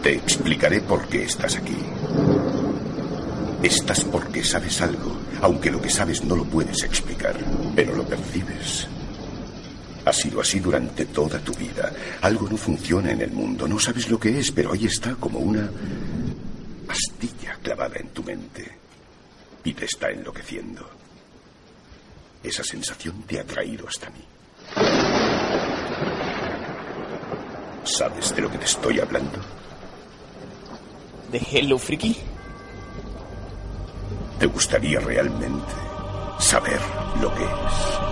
Te explicaré por qué estás aquí. Estás porque sabes algo, aunque lo que sabes no lo puedes explicar, pero lo percibes. Ha sido así durante toda tu vida. Algo no funciona en el mundo, no sabes lo que es, pero ahí está como una astilla clavada en tu mente y te está enloqueciendo. Esa sensación te ha traído hasta mí. ¿Sabes de lo que te estoy hablando? ¿De Hello Freaky? ¿Te gustaría realmente saber lo que es?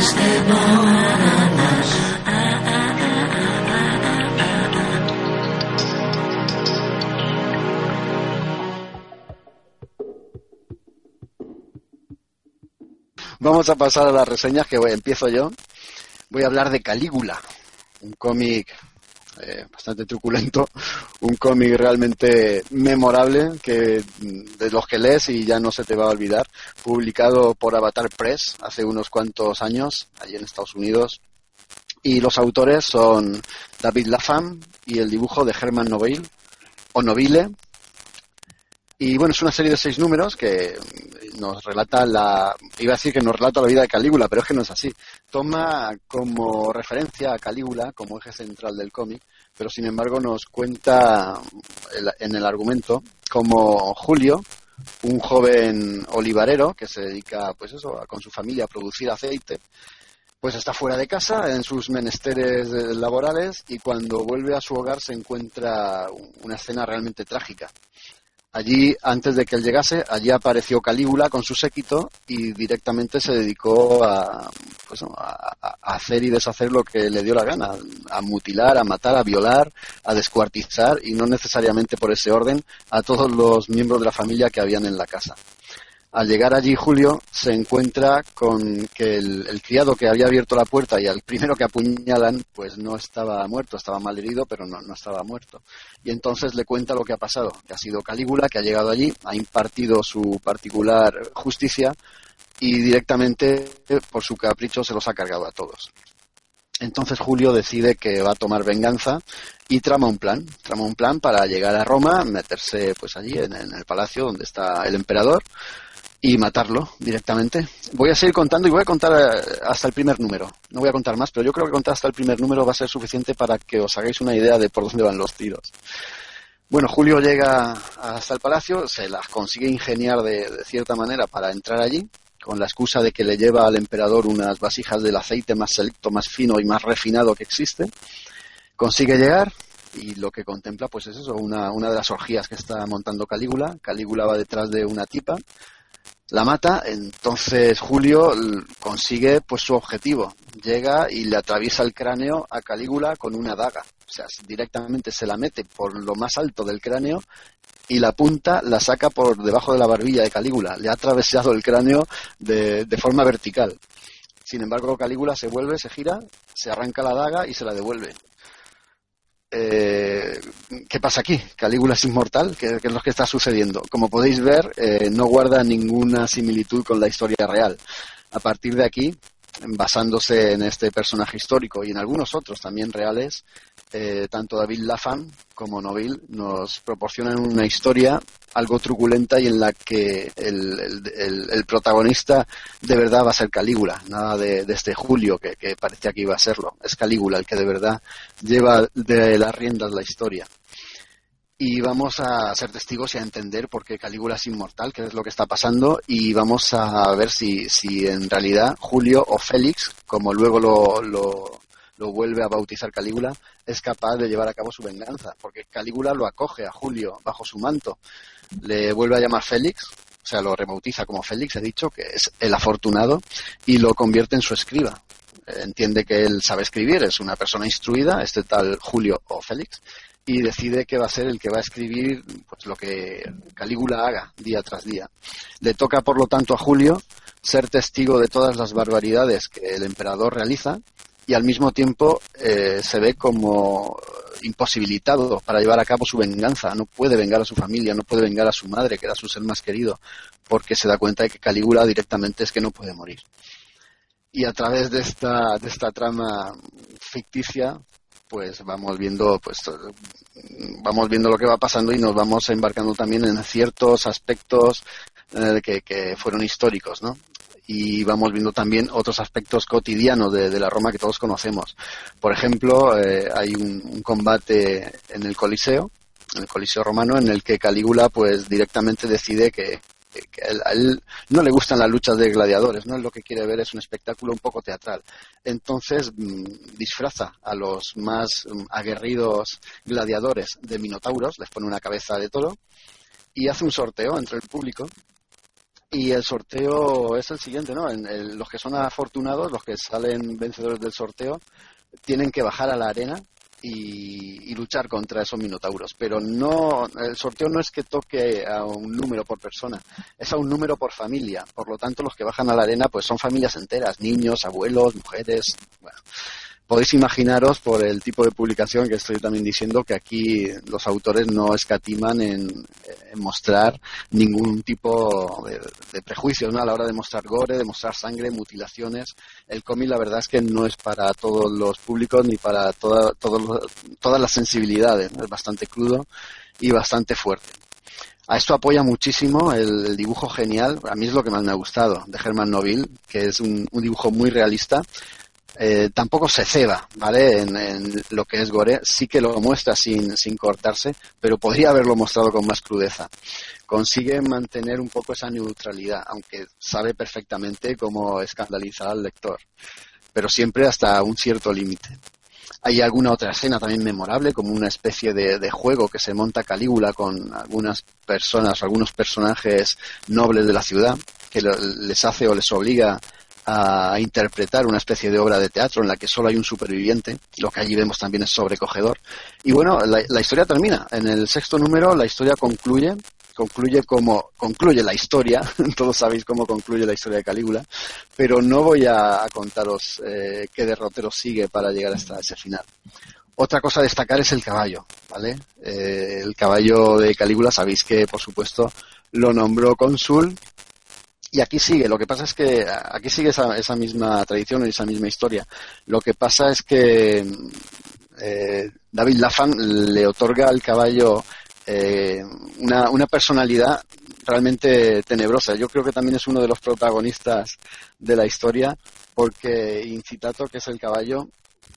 Vamos a pasar a las reseñas que empiezo yo. Voy a hablar de Calígula, un cómic bastante truculento, un cómic realmente memorable, que de los que lees y ya no se te va a olvidar, publicado por Avatar Press hace unos cuantos años, allí en Estados Unidos, y los autores son David Lapham y el dibujo de Herman Nobile, o Nobile. Y bueno, es una serie de 6 números que nos relata iba a decir que nos relata la vida de Calígula, pero es que no es así. Toma como referencia a Calígula como eje central del cómic, pero sin embargo nos cuenta en el argumento como Julio, un joven olivarero que se dedica, pues eso, con su familia a producir aceite, pues está fuera de casa en sus menesteres laborales, y cuando vuelve a su hogar se encuentra una escena realmente trágica. Allí, antes de que él llegase, allí apareció Calígula con su séquito y directamente se dedicó a hacer y deshacer lo que le dio la gana, a mutilar, a matar, a violar, a descuartizar, y no necesariamente por ese orden, a todos los miembros de la familia que habían en la casa. Al llegar allí Julio se encuentra con que el criado que había abierto la puerta y al primero que apuñalan pues no estaba muerto, estaba mal herido, pero no estaba muerto. Y entonces le cuenta lo que ha pasado, que ha sido Calígula, que ha llegado allí, ha impartido su particular justicia y directamente por su capricho se los ha cargado a todos. Entonces Julio decide que va a tomar venganza y trama un plan para llegar a Roma, meterse pues allí en el palacio donde está el emperador y matarlo directamente. Voy a seguir contando y voy a contar hasta el primer número. No voy a contar más, pero yo creo que contar hasta el primer número va a ser suficiente para que os hagáis una idea de por dónde van los tiros. Bueno, Julio llega hasta el palacio, se las consigue ingeniar de cierta manera para entrar allí, con la excusa de que le lleva al emperador unas vasijas del aceite más selecto, más fino y más refinado que existe. Consigue llegar y lo que contempla pues es eso, una de las orgías que está montando Calígula. Calígula va detrás de una tipa, la mata, entonces Julio consigue pues su objetivo, llega y le atraviesa el cráneo a Calígula con una daga, o sea, directamente se la mete por lo más alto del cráneo y la punta la saca por debajo de la barbilla de Calígula, le ha atravesado el cráneo de forma vertical. Sin embargo, Calígula se vuelve, se gira, se arranca la daga y se la devuelve. ¿Qué pasa aquí? Calígula es inmortal, ¿qué es lo que está sucediendo? Como podéis ver, no guarda ninguna similitud con la historia real. A partir de aquí, basándose en este personaje histórico y en algunos otros también reales, tanto David Lapham como Nobile nos proporcionan una historia algo truculenta y en la que el protagonista de verdad va a ser Calígula, nada de este Julio que parecía que iba a serlo. Es Calígula el que de verdad lleva de las riendas la historia. Y vamos a ser testigos y a entender por qué Calígula es inmortal, qué es lo que está pasando, y vamos a ver si en realidad Julio o Félix, como luego lo vuelve a bautizar Calígula, es capaz de llevar a cabo su venganza, porque Calígula lo acoge a Julio bajo su manto, le vuelve a llamar Félix, o sea, lo rebautiza como Félix, he dicho, que es el afortunado, y lo convierte en su escriba. Entiende que él sabe escribir, es una persona instruida, este tal Julio o Félix, y decide que va a ser el que va a escribir pues lo que Calígula haga día tras día. Le toca, por lo tanto, a Julio ser testigo de todas las barbaridades que el emperador realiza, y al mismo tiempo se ve como imposibilitado para llevar a cabo su venganza. No puede vengar a su familia, no puede vengar a su madre, que era su ser más querido, porque se da cuenta de que Calígula directamente es que no puede morir. Y a través de esta trama ficticia, pues vamos viendo lo que va pasando y nos vamos embarcando también en ciertos aspectos que fueron históricos, ¿no? Y vamos viendo también otros aspectos cotidianos de la Roma que todos conocemos. Por ejemplo, hay un combate en el Coliseo romano, en el que Calígula pues directamente decide que a él no le gustan las luchas de gladiadores, ¿no? Él lo que quiere ver es un espectáculo un poco teatral. Entonces disfraza a los más aguerridos gladiadores de minotauros, les pone una cabeza de toro y hace un sorteo entre el público. Y el sorteo es el siguiente, ¿no? Los que son afortunados, los que salen vencedores del sorteo, tienen que bajar a la arena y luchar contra esos minotauros. Pero no, el sorteo no es que toque a un número por persona, es a un número por familia. Por lo tanto, los que bajan a la arena pues son familias enteras, niños, abuelos, mujeres. Bueno, podéis imaginaros por el tipo de publicación que estoy también diciendo que aquí los autores no escatiman en mostrar ningún tipo de prejuicios, ¿no? A la hora de mostrar gore, de mostrar sangre, mutilaciones. El cómic la verdad es que no es para todos los públicos ni para todas las sensibilidades, ¿no? Es bastante crudo y bastante fuerte. A esto apoya muchísimo el dibujo genial, a mí es lo que más me ha gustado, de Herman Noville, que es un dibujo muy realista. Tampoco se ceba, ¿vale? En lo que es gore, sí que lo muestra sin cortarse, pero podría haberlo mostrado con más crudeza. Consigue mantener un poco esa neutralidad, aunque sabe perfectamente cómo escandalizar al lector, pero siempre hasta un cierto límite. Hay alguna otra escena también memorable, como una especie de juego que se monta Calígula con algunas personas, algunos personajes nobles de la ciudad, que les hace o les obliga a interpretar una especie de obra de teatro en la que solo hay un superviviente. Lo que allí vemos también es sobrecogedor. Y bueno, la historia termina. En el 6º número la historia concluye como concluye la historia. Todos sabéis cómo concluye la historia de Calígula, pero no voy a contaros qué derrotero sigue para llegar hasta ese final. Otra cosa a destacar es el caballo, ¿vale? El caballo de Calígula, sabéis que por supuesto lo nombró cónsul. Y aquí sigue, lo que pasa es que aquí sigue esa misma tradición y esa misma historia. Lo que pasa es que David Lapham le otorga al caballo una personalidad realmente tenebrosa. Yo creo que también es uno de los protagonistas de la historia, porque Incitato, que es el caballo,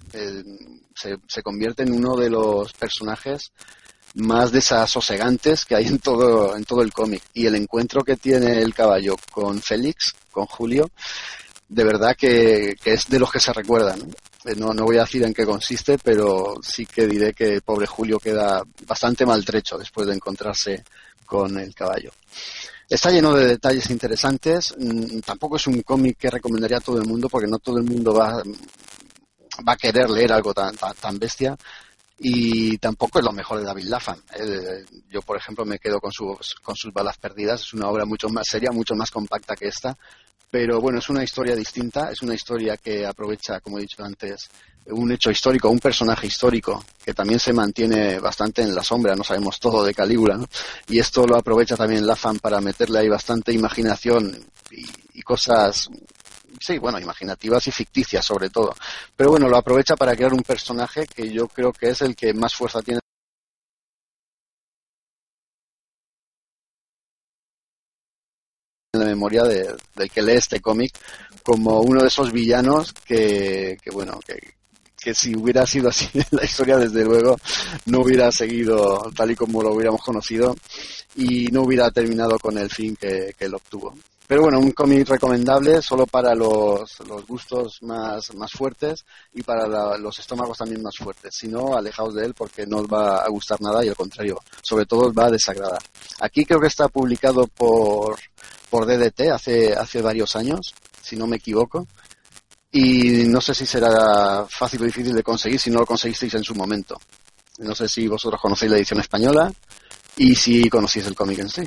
se convierte en uno de los personajes más desasosegantes que hay en todo el cómic. Y el encuentro que tiene el caballo con Félix, con Julio, de verdad que es de los que se recuerdan. No voy a decir en qué consiste, pero sí que diré que pobre Julio queda bastante maltrecho después de encontrarse con el caballo. Está lleno de detalles interesantes. Tampoco es un cómic que recomendaría a todo el mundo, porque no todo el mundo va a querer leer algo tan bestia. Y tampoco es lo mejor de David Lapham. Yo, por ejemplo, me quedo con sus balas perdidas. Es una obra mucho más seria, mucho más compacta que esta. Pero bueno, es una historia distinta. Es una historia que aprovecha, como he dicho antes, un hecho histórico, un personaje histórico que también se mantiene bastante en la sombra. No sabemos todo de Calígula, ¿no? Y esto lo aprovecha también Lapham para meterle ahí bastante imaginación y cosas... Sí, bueno, imaginativas y ficticias sobre todo. Pero bueno, lo aprovecha para crear un personaje que yo creo que es el que más fuerza tiene en la memoria del que lee este cómic, como uno de esos villanos que si hubiera sido así la historia, desde luego no hubiera seguido tal y como lo hubiéramos conocido y no hubiera terminado con el fin que él obtuvo. Pero bueno, un cómic recomendable solo para los gustos más fuertes y para los estómagos también más fuertes. Si no, alejaos de él porque no os va a gustar nada y al contrario, sobre todo os va a desagradar. Aquí creo que está publicado por DDT hace varios años, si no me equivoco. Y no sé si será fácil o difícil de conseguir si no lo conseguisteis en su momento. No sé si vosotros conocéis la edición española y si conocéis el cómic en sí.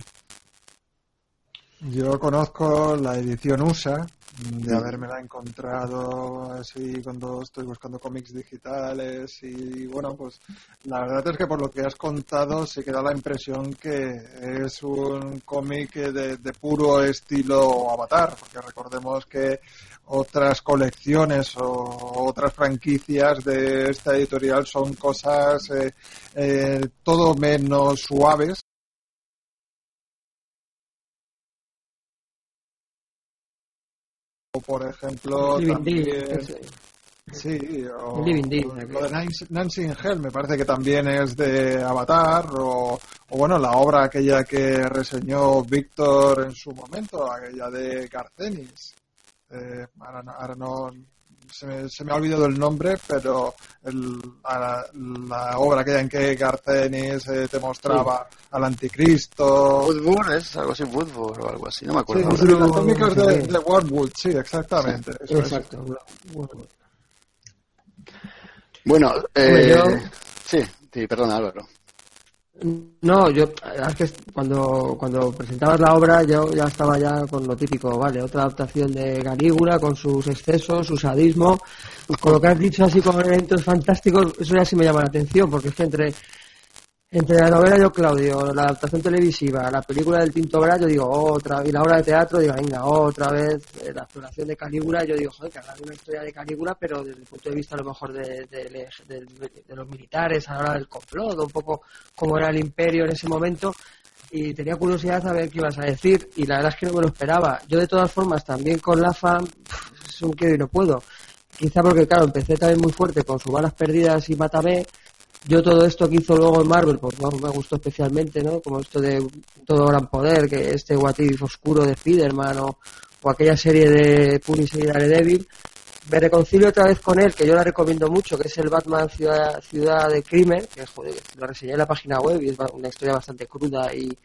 Yo conozco la edición USA, de habérmela encontrado así cuando estoy buscando cómics digitales y bueno, pues la verdad es que por lo que has contado se queda la impresión que es un cómic de puro estilo Avatar, porque recordemos que otras colecciones o otras franquicias de esta editorial son cosas todo menos suaves. O por ejemplo también, sí, o lo de Nancy in Hell me parece que también es de Avatar, o bueno, la obra aquella que reseñó Víctor en su momento, aquella de Garcenis. Ahora no se me ha olvidado el nombre, pero la obra aquella en que Garcenis te mostraba al anticristo. Woodward, es algo así, Woodward o algo así, no me acuerdo. Sí, las técnicas de Wardwood, sí, exactamente. Sí, exacto. Bueno, sí, perdona, Álvaro. No, es que cuando presentabas la obra yo ya estaba ya con lo típico, vale, otra adaptación de Calígula con sus excesos, su sadismo, con lo que has dicho así con elementos fantásticos, eso ya sí me llama la atención, porque es que entre la novela Yo Claudio, la adaptación televisiva, la película del Tinto Brass, yo digo otra, y la obra de teatro, digo venga, otra vez, la exploración de Calígula, yo digo, joder, que haga una historia de Calígula, pero desde el punto de vista a lo mejor de los militares, a la hora del complot, un poco cómo era el imperio en ese momento, y tenía curiosidad a ver qué ibas a decir, y la verdad es que no me lo esperaba. Yo de todas formas, también con Lapham, es un quiero y no puedo. Quizá porque, claro, empecé también muy fuerte con sus Balas Perdidas y Mátame. Yo todo esto que hizo luego en Marvel, pues no me gustó especialmente, ¿no? Como esto de Todo Gran Poder, que este What If oscuro de Spiderman o aquella serie de Punisher y Daredevil. Me reconcilio otra vez con él, que yo la recomiendo mucho, que es el Batman Ciudad de Crimen, que joder, lo reseñé en la página web y es una historia bastante cruda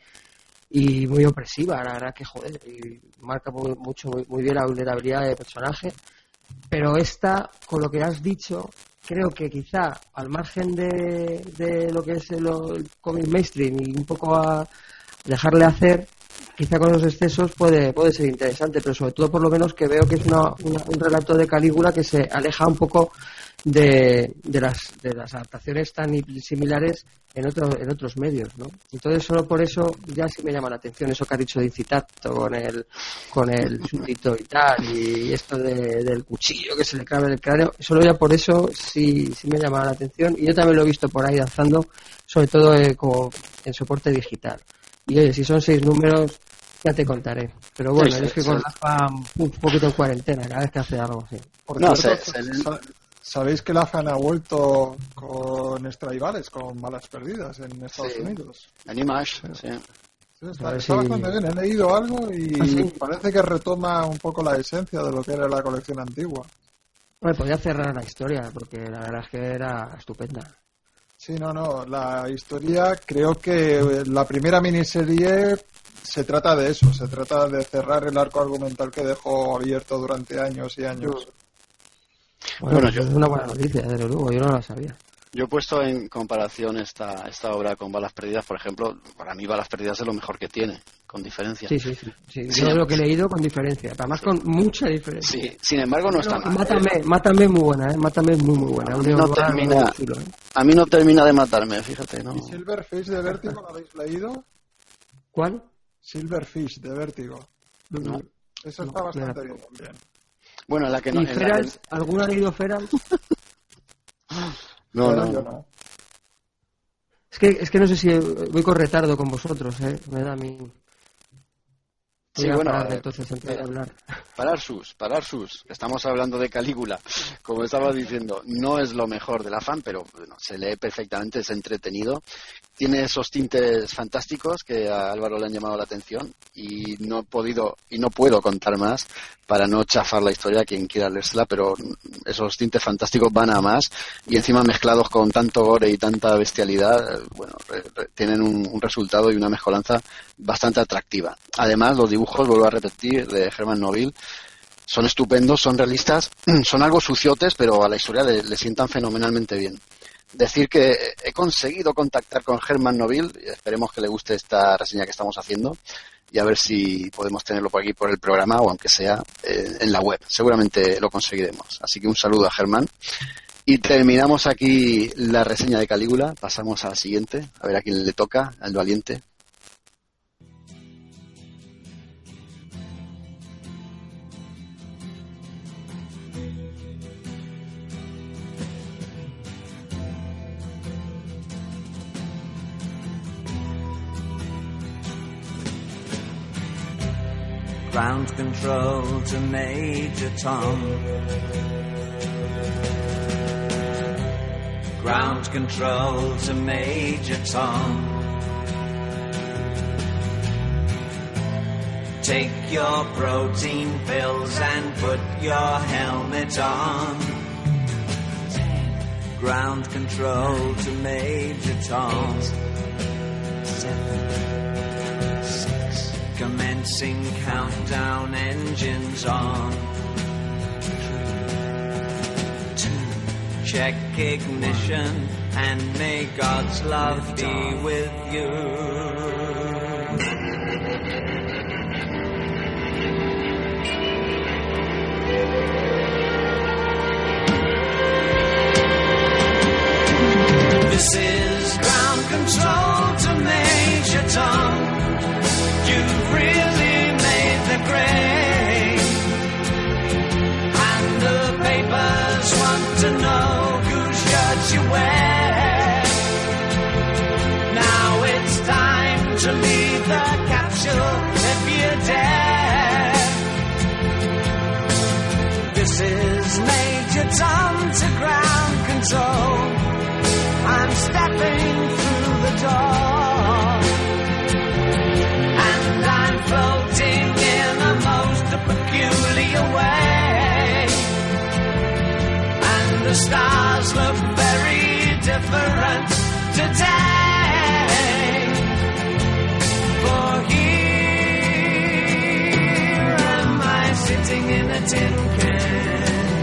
y muy opresiva, la verdad que joder, y marca muy bien la vulnerabilidad del personaje. Pero esta, con lo que has dicho, creo que quizá al margen de lo que es el cómic mainstream y un poco a dejarle hacer, quizá con los excesos puede ser interesante, pero sobre todo por lo menos que veo que es un relato de Calígula que se aleja un poco de las adaptaciones tan similares en otros medios, ¿no? Entonces solo por eso ya sí me llama la atención eso que has dicho de Incitato con el súbdito y tal, y esto del cuchillo que se le clava en el cráneo, solo ya por eso sí me llama la atención, y yo también lo he visto por ahí danzando, sobre todo como en soporte digital. Y oye, si son 6 números, ya te contaré. Pero bueno, sí, es que con Lapham un poquito en cuarentena, cada vez que hace algo así. Por cierto, ¿sabéis que Lapham ha vuelto con Stradivarius, con Balas Perdidas en Estados Unidos? En Image, sí. Sí, está bastante bien. He leído algo y parece que retoma un poco la esencia de lo que era la colección antigua. Bueno, podía cerrar la historia, porque la verdad es que era estupenda. Sí, no, la historia, creo que la primera miniserie se trata de eso, se trata de cerrar el arco argumental que dejó abierto durante años y años. Bueno, es una buena noticia, desde luego, yo no la sabía. Yo he puesto en comparación esta obra con Balas Perdidas, por ejemplo, para mí Balas Perdidas es lo mejor que tiene, con diferencia. Sí. Yo lo que he leído con diferencia, además con mucha diferencia. Sí, sin embargo no está mal. Mátame es muy buena, Mátame es muy buena. A mí no termina de matarme, fíjate, ¿no? ¿Y Silverfish de Vértigo lo habéis leído? ¿Cuál? Silverfish de Vértigo. No. Eso está bastante bien también. Bueno, la que no. ¿Y Ferals? ¿Alguno ha leído Ferals? No. Yo no. Es que no sé si voy con retardo con vosotros, me da a mí. Sí, bueno, entonces antes de hablar. Parar sus. Estamos hablando de Calígula. Como estaba diciendo, no es lo mejor de Lapham, pero bueno, se lee perfectamente, es entretenido. Tiene esos tintes fantásticos que a Álvaro le han llamado la atención y no puedo contar más para no chafar la historia a quien quiera leérsela, pero esos tintes fantásticos van a más y encima mezclados con tanto gore y tanta bestialidad, bueno, tienen un resultado y una mezcolanza bastante atractiva. Además, los dibujos, vuelvo a repetir, de Herman Noville, son estupendos, son realistas, son algo suciotes, pero a la historia le sientan fenomenalmente bien. Decir que he conseguido contactar con Herman Noville, y esperemos que le guste esta reseña que estamos haciendo, y a ver si podemos tenerlo por aquí por el programa, o aunque sea en la web. Seguramente lo conseguiremos. Así que un saludo a Germán. Y terminamos aquí la reseña de Calígula, pasamos a la siguiente, a ver a quién le toca, al valiente. Ground control to Major Tom. Ground control to Major Tom. Take your protein pills and put your helmet on. Ground control to Major Tom. 7, 6. Commencing countdown, engines on. 3, 2. Check ignition and may God's love be with you. This is ground control to Major Tom. You've really made the grade, and the papers want to know whose shirt you wear. Now it's time to leave the capsule if you dare. This is Major Tom to ground control. I'm stepping through the door, and I'm floating in a most peculiar way, and the stars look very different today, for here am I sitting in a tin can.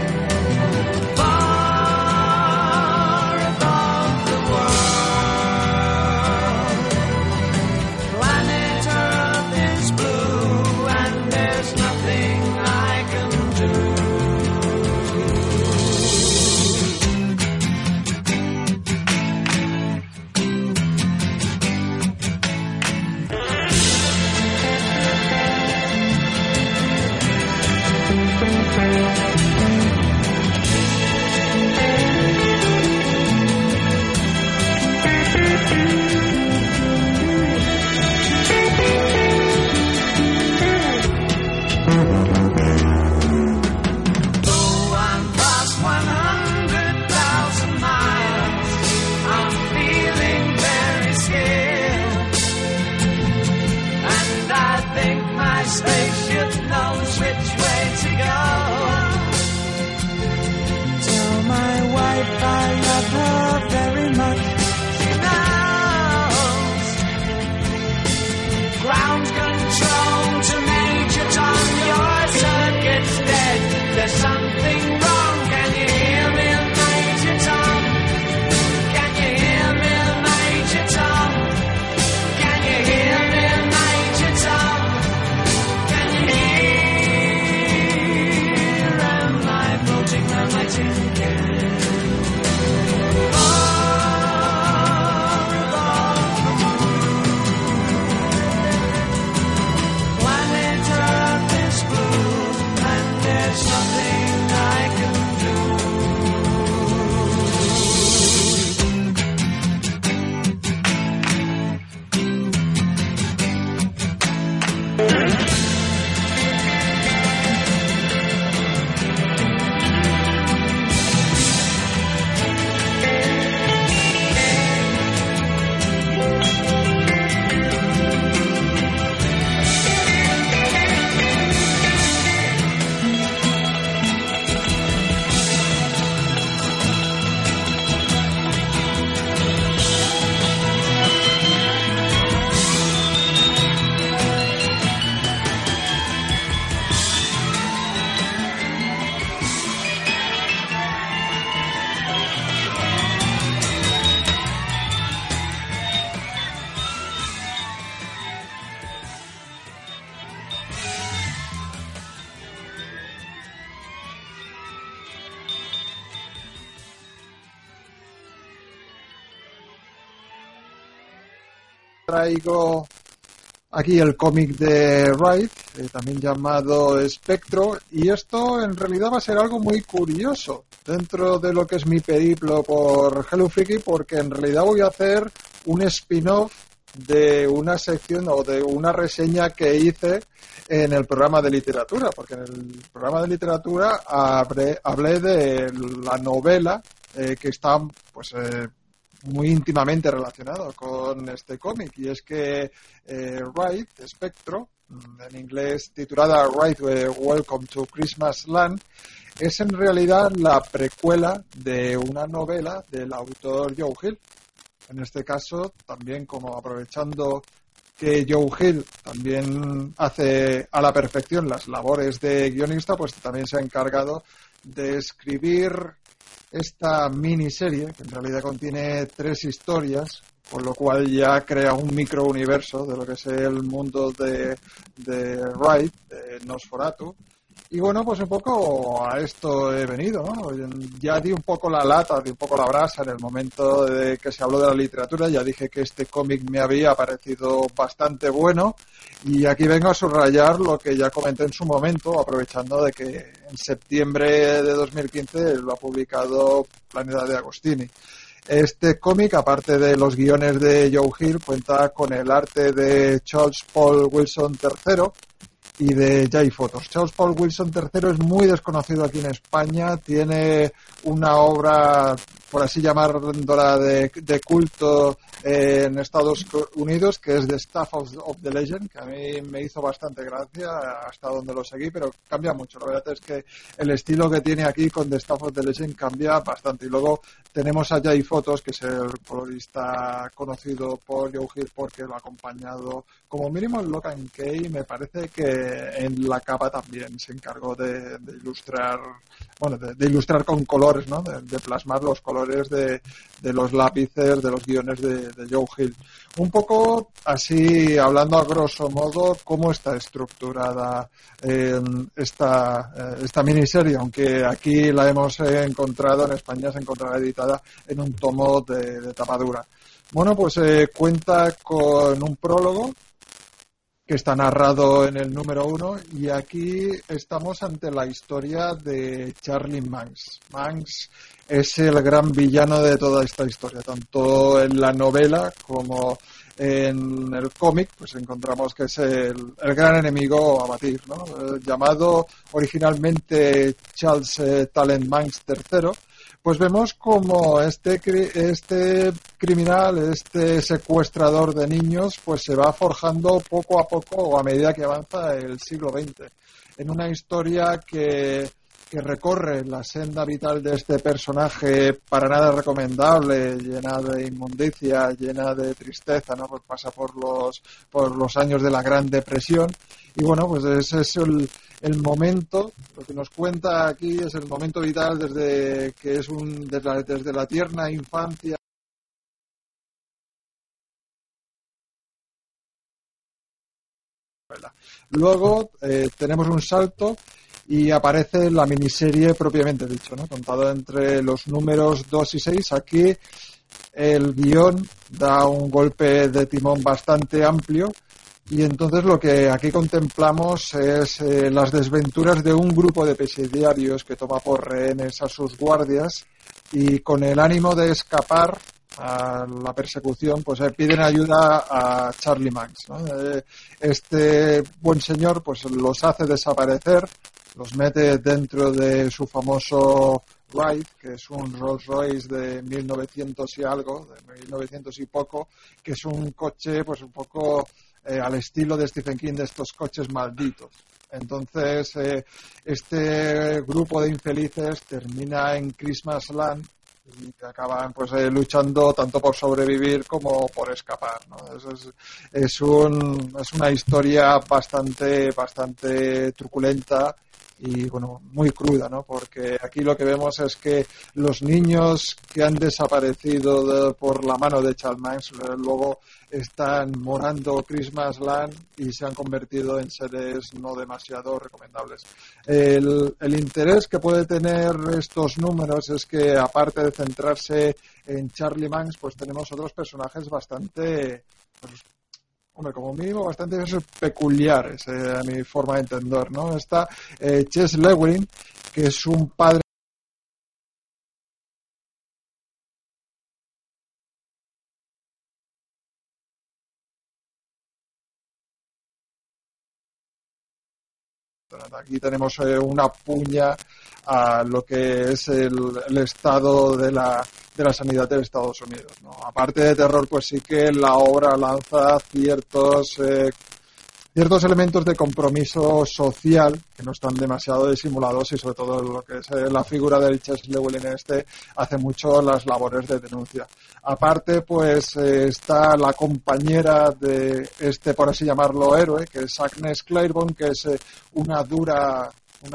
Traigo aquí el cómic de Wright, también llamado Spectro, y esto en realidad va a ser algo muy curioso dentro de lo que es mi periplo por Hello Freaky, porque en realidad voy a hacer un spin-off de una sección o de una reseña que hice en el programa de literatura, porque en el programa de literatura hablé de la novela que está pues muy íntimamente relacionado con este cómic, y es que Wright, Spectro, en inglés titulada Right, Welcome to Christmas Land, es en realidad la precuela de una novela del autor Joe Hill. En este caso, también como aprovechando que Joe Hill también hace a la perfección las labores de guionista, pues también se ha encargado de escribir esta miniserie, que en realidad contiene 3 historias, con lo cual ya crea un microuniverso de lo que es el mundo de Wright, de Nosferatu. Y bueno, pues un poco a esto he venido, ¿no? Ya di un poco la lata, di un poco la brasa en el momento de que se habló de la literatura. Ya dije que este cómic me había parecido bastante bueno y aquí vengo a subrayar lo que ya comenté en su momento, aprovechando de que en septiembre de 2015 lo ha publicado Planeta de Agostini. Este cómic, aparte de los guiones de Joe Hill, cuenta con el arte de Charles Paul Wilson III y de Jay Photos. Charles Paul Wilson III es muy desconocido aquí en España, tiene una obra, por así llamarla, de culto en Estados Unidos, que es The Staff of the Legend, que a mí me hizo bastante gracia hasta donde lo seguí, pero cambia mucho. La verdad es que el estilo que tiene aquí con The Staff of the Legend cambia bastante. Y luego tenemos a Jay Photos, que es el colorista conocido por Joe Hill porque lo ha acompañado como mínimo en Lock and Key. Me parece que en la capa también se encargó de ilustrar, bueno, de ilustrar con colores, ¿no? De plasmar los colores de los lápices, de los guiones de Joe Hill. Un poco así, hablando a grosso modo, cómo está estructurada esta miniserie, aunque aquí la hemos encontrado, en España se encontrará editada en un tomo de tapadura. Bueno, pues cuenta con un prólogo que está narrado en el número 1 y aquí estamos ante la historia de Charlie Manx. Manx es el gran villano de toda esta historia, tanto en la novela como en el cómic, pues encontramos que es el gran enemigo a batir, ¿no? Llamado originalmente Charles Talent Manx III, pues vemos como este criminal, este secuestrador de niños, pues se va forjando poco a poco o a medida que avanza el siglo XX. En una historia que recorre la senda vital de este personaje para nada recomendable, llena de inmundicia, llena de tristeza, ¿no? Pues pasa por los años de la Gran Depresión. Y bueno, pues ese es el momento, lo que nos cuenta aquí es el momento vital desde la tierna infancia. Luego tenemos un salto y aparece la miniserie propiamente dicho, ¿no? Contado entre los números 2 y 6. Aquí el guión da un golpe de timón bastante amplio y entonces lo que aquí contemplamos es las desventuras de un grupo de presidiarios que toma por rehenes a sus guardias y con el ánimo de escapar a la persecución, pues piden ayuda a Charlie Manx, ¿no? Este buen señor pues los hace desaparecer, los mete dentro de su famoso Wright, que es un Rolls Royce de 1900 y algo, de 1900 y poco, que es un coche pues un poco al estilo de Stephen King, de estos coches malditos. Entonces este grupo de infelices termina en Christmas Land y acaban pues luchando tanto por sobrevivir como por escapar, ¿no? Es una historia bastante truculenta y bueno, muy cruda, ¿no? Porque aquí lo que vemos es que los niños que han desaparecido por la mano de Charles Manx luego están morando Christmas Land y se han convertido en seres no demasiado recomendables. El interés que puede tener estos números es que aparte de centrarse en Charlie Manx, pues tenemos otros personajes bastante, pues, como mínimo, bastante peculiares a mi forma de entender, ¿no? Está Ches Lewin, que es un padre Aquí tenemos una puña a lo que es el estado de la sanidad de Estados Unidos, ¿no? Aparte de terror, pues sí que la obra lanza ciertos ciertos elementos de compromiso social que no están demasiado disimulados, y sobre todo lo que es la figura del Chase Llewellyn hace mucho las labores de denuncia. Aparte, pues está la compañera de por así llamarlo, héroe, que es Agnes Claiborne, que es una dura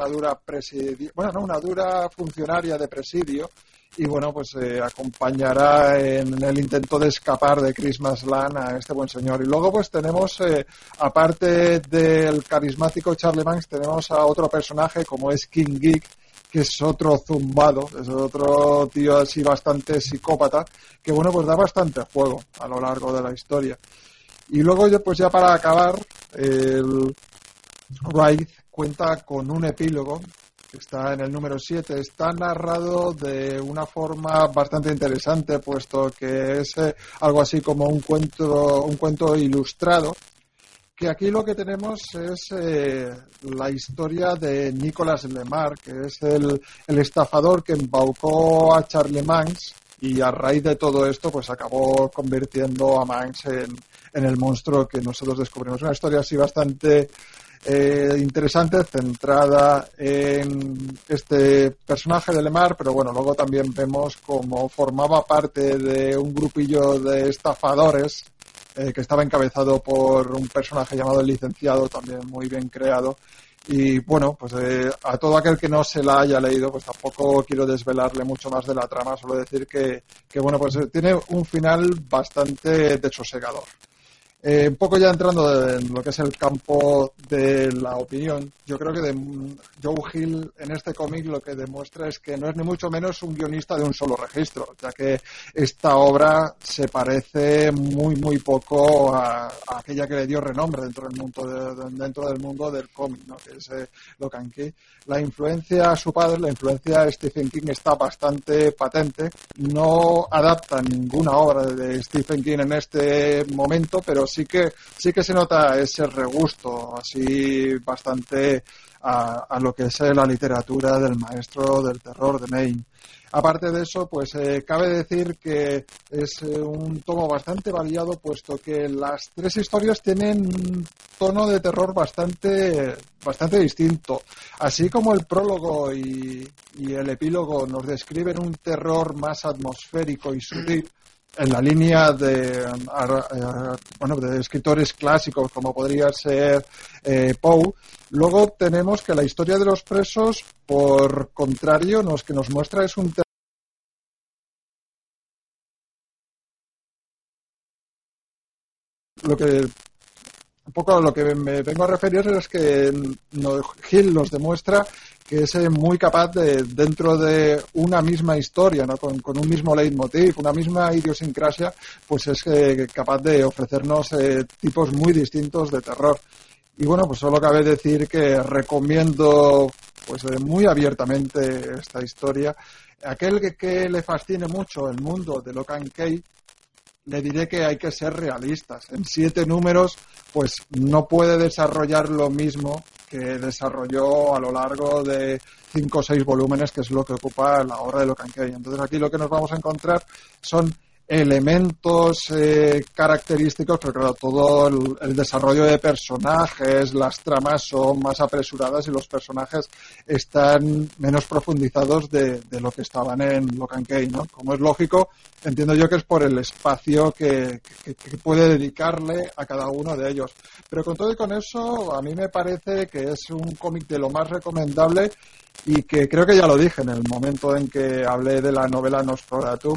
funcionaria de presidio, y bueno, pues acompañará en el intento de escapar de Christmas Land a este buen señor. Y luego pues tenemos, aparte del carismático Charlie Manx, tenemos a otro personaje como es King Geek, que es otro zumbado, es otro tío así bastante psicópata, que bueno, pues da bastante juego a lo largo de la historia. Y luego pues ya para acabar, el Wraith cuenta con un epílogo que está en el número 7, está narrado de una forma bastante interesante, puesto que es algo así como un cuento ilustrado, que aquí lo que tenemos es la historia de Nicolas Lemar, que es el estafador que embaucó a Charlie Manx, y a raíz de todo esto pues acabó convirtiendo a Manx en el monstruo que nosotros descubrimos. Una historia así bastante interesante, centrada en este personaje de Lemar, pero bueno, luego también vemos cómo formaba parte de un grupillo de estafadores que estaba encabezado por un personaje llamado el Licenciado, también muy bien creado. Y bueno, pues a todo aquel que no se la haya leído, pues tampoco quiero desvelarle mucho más de la trama, solo decir que bueno, pues tiene un final bastante desosegador. Un poco ya entrando en lo que es el campo de la opinión, yo creo que Joe Hill en este cómic lo que demuestra es que no es ni mucho menos un guionista de un solo registro, ya que esta obra se parece muy muy poco a aquella que le dio renombre dentro del mundo del cómic, ¿no? Que es Locan Key. La influencia a su padre, la influencia a Stephen King está bastante patente. No adapta ninguna obra de Stephen King en este momento, pero sí que se nota ese regusto así bastante a lo que es la literatura del maestro del terror de Maine. Aparte de eso, pues cabe decir que es un tomo bastante variado, puesto que las tres historias tienen un tono de terror bastante distinto. Así como el prólogo y el epílogo nos describen un terror más atmosférico y sutil, en la línea de escritores clásicos como podría ser Poe. Luego tenemos que la historia de los presos, por contrario, que nos muestra es un un poco a lo que me vengo a referir es que Hill nos demuestra que es muy capaz de, dentro de una misma historia, ¿no? con un mismo leitmotiv, una misma idiosincrasia, pues es capaz de ofrecernos tipos muy distintos de terror. Y bueno, pues solo cabe decir que recomiendo pues muy abiertamente esta historia. Aquel que le fascine mucho el mundo de Locan Key, le diré que hay que ser realistas. En 7 números, pues no puede desarrollar lo mismo que desarrolló a lo largo de 5 o 6 volúmenes, que es lo que ocupa la obra de Locan Key. Entonces aquí lo que nos vamos a encontrar son elementos característicos, pero claro, todo el desarrollo de personajes, las tramas son más apresuradas y los personajes están menos profundizados de lo que estaban en Locan Key, ¿no? Como es lógico, entiendo yo que es por el espacio que puede dedicarle a cada uno de ellos. Pero con todo y con eso, a mí me parece que es un cómic de lo más recomendable, y que creo que ya lo dije en el momento en que hablé de la novela Nosferatu.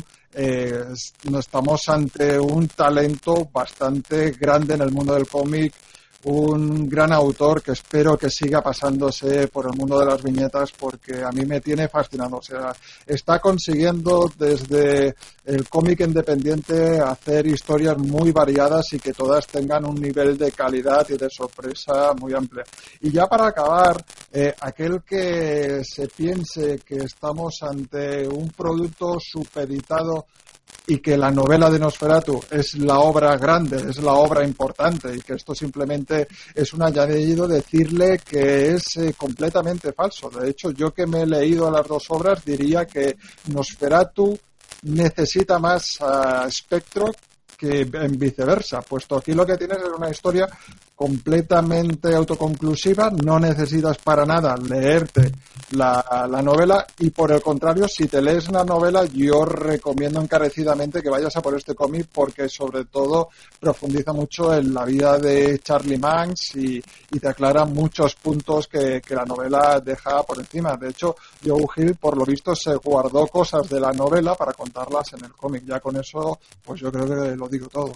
Estamos ante un talento bastante grande en el mundo del cómic, un gran autor que espero que siga pasándose por el mundo de las viñetas, porque a mí me tiene fascinado. O sea, está consiguiendo desde el cómic independiente hacer historias muy variadas y que todas tengan un nivel de calidad y de sorpresa muy amplio. Y ya para acabar, aquel que se piense que estamos ante un producto supeditado y que la novela de Nosferatu es la obra grande, es la obra importante, y que esto simplemente es un añadido, decirle que es completamente falso. De hecho, yo que me he leído las dos obras diría que Nosferatu necesita más a Spectro que en viceversa, puesto aquí lo que tienes es una historia completamente autoconclusiva, no necesitas para nada leerte la novela, y por el contrario, si te lees la novela, yo recomiendo encarecidamente que vayas a por este cómic, porque sobre todo profundiza mucho en la vida de Charlie Manx y te aclara muchos puntos que la novela deja por encima. De hecho, Joe Hill, por lo visto, se guardó cosas de la novela para contarlas en el cómic. Ya con eso, pues yo creo que lo digo todo.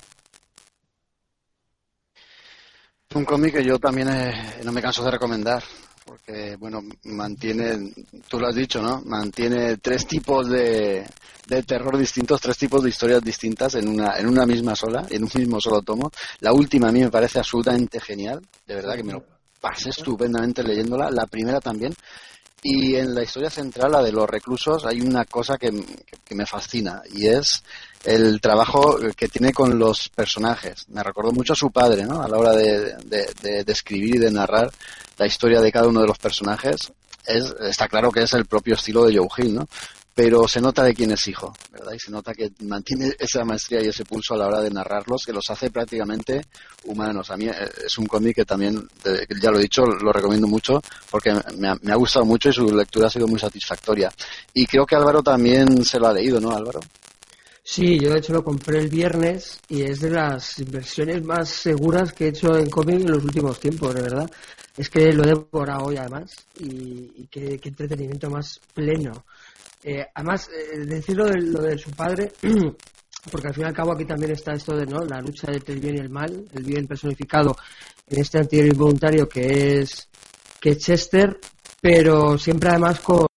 Un cómic que yo también no me canso de recomendar, porque, bueno, mantiene, tú lo has dicho, ¿no? Mantiene tres tipos de terror distintos, tres tipos de historias distintas en una misma sola, en un mismo solo tomo. La última a mí me parece absolutamente genial, de verdad que me lo pasé estupendamente leyéndola, la primera también. Y en la historia central, la de los reclusos, hay una cosa que me fascina, y es el trabajo que tiene con los personajes. Me recordó mucho a su padre, ¿no? A la hora de escribir y de narrar la historia de cada uno de los personajes. Está claro que es el propio estilo de Joe Hill, ¿no? Pero se nota de quién es hijo, ¿verdad? Y se nota que mantiene esa maestría y ese pulso a la hora de narrarlos, que los hace prácticamente humanos. A mí es un cómic que también, ya lo he dicho, lo recomiendo mucho, porque me ha gustado mucho y su lectura ha sido muy satisfactoria. Y creo que Álvaro también se lo ha leído, ¿no, Álvaro? Sí, yo de hecho lo compré el viernes y es de las inversiones más seguras que he hecho en cómic en los últimos tiempos, de verdad. Es que lo he devorado hoy, además, y qué entretenimiento más pleno. Además, decirlo lo de su padre, porque al fin y al cabo aquí también está esto de, ¿no?, la lucha entre el bien y el mal, el bien personificado en este antihéroe involuntario que es Chester, pero siempre además con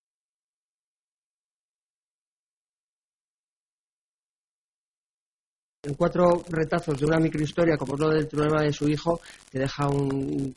en 4 retazos de una microhistoria como es lo del problema de su hijo, te deja un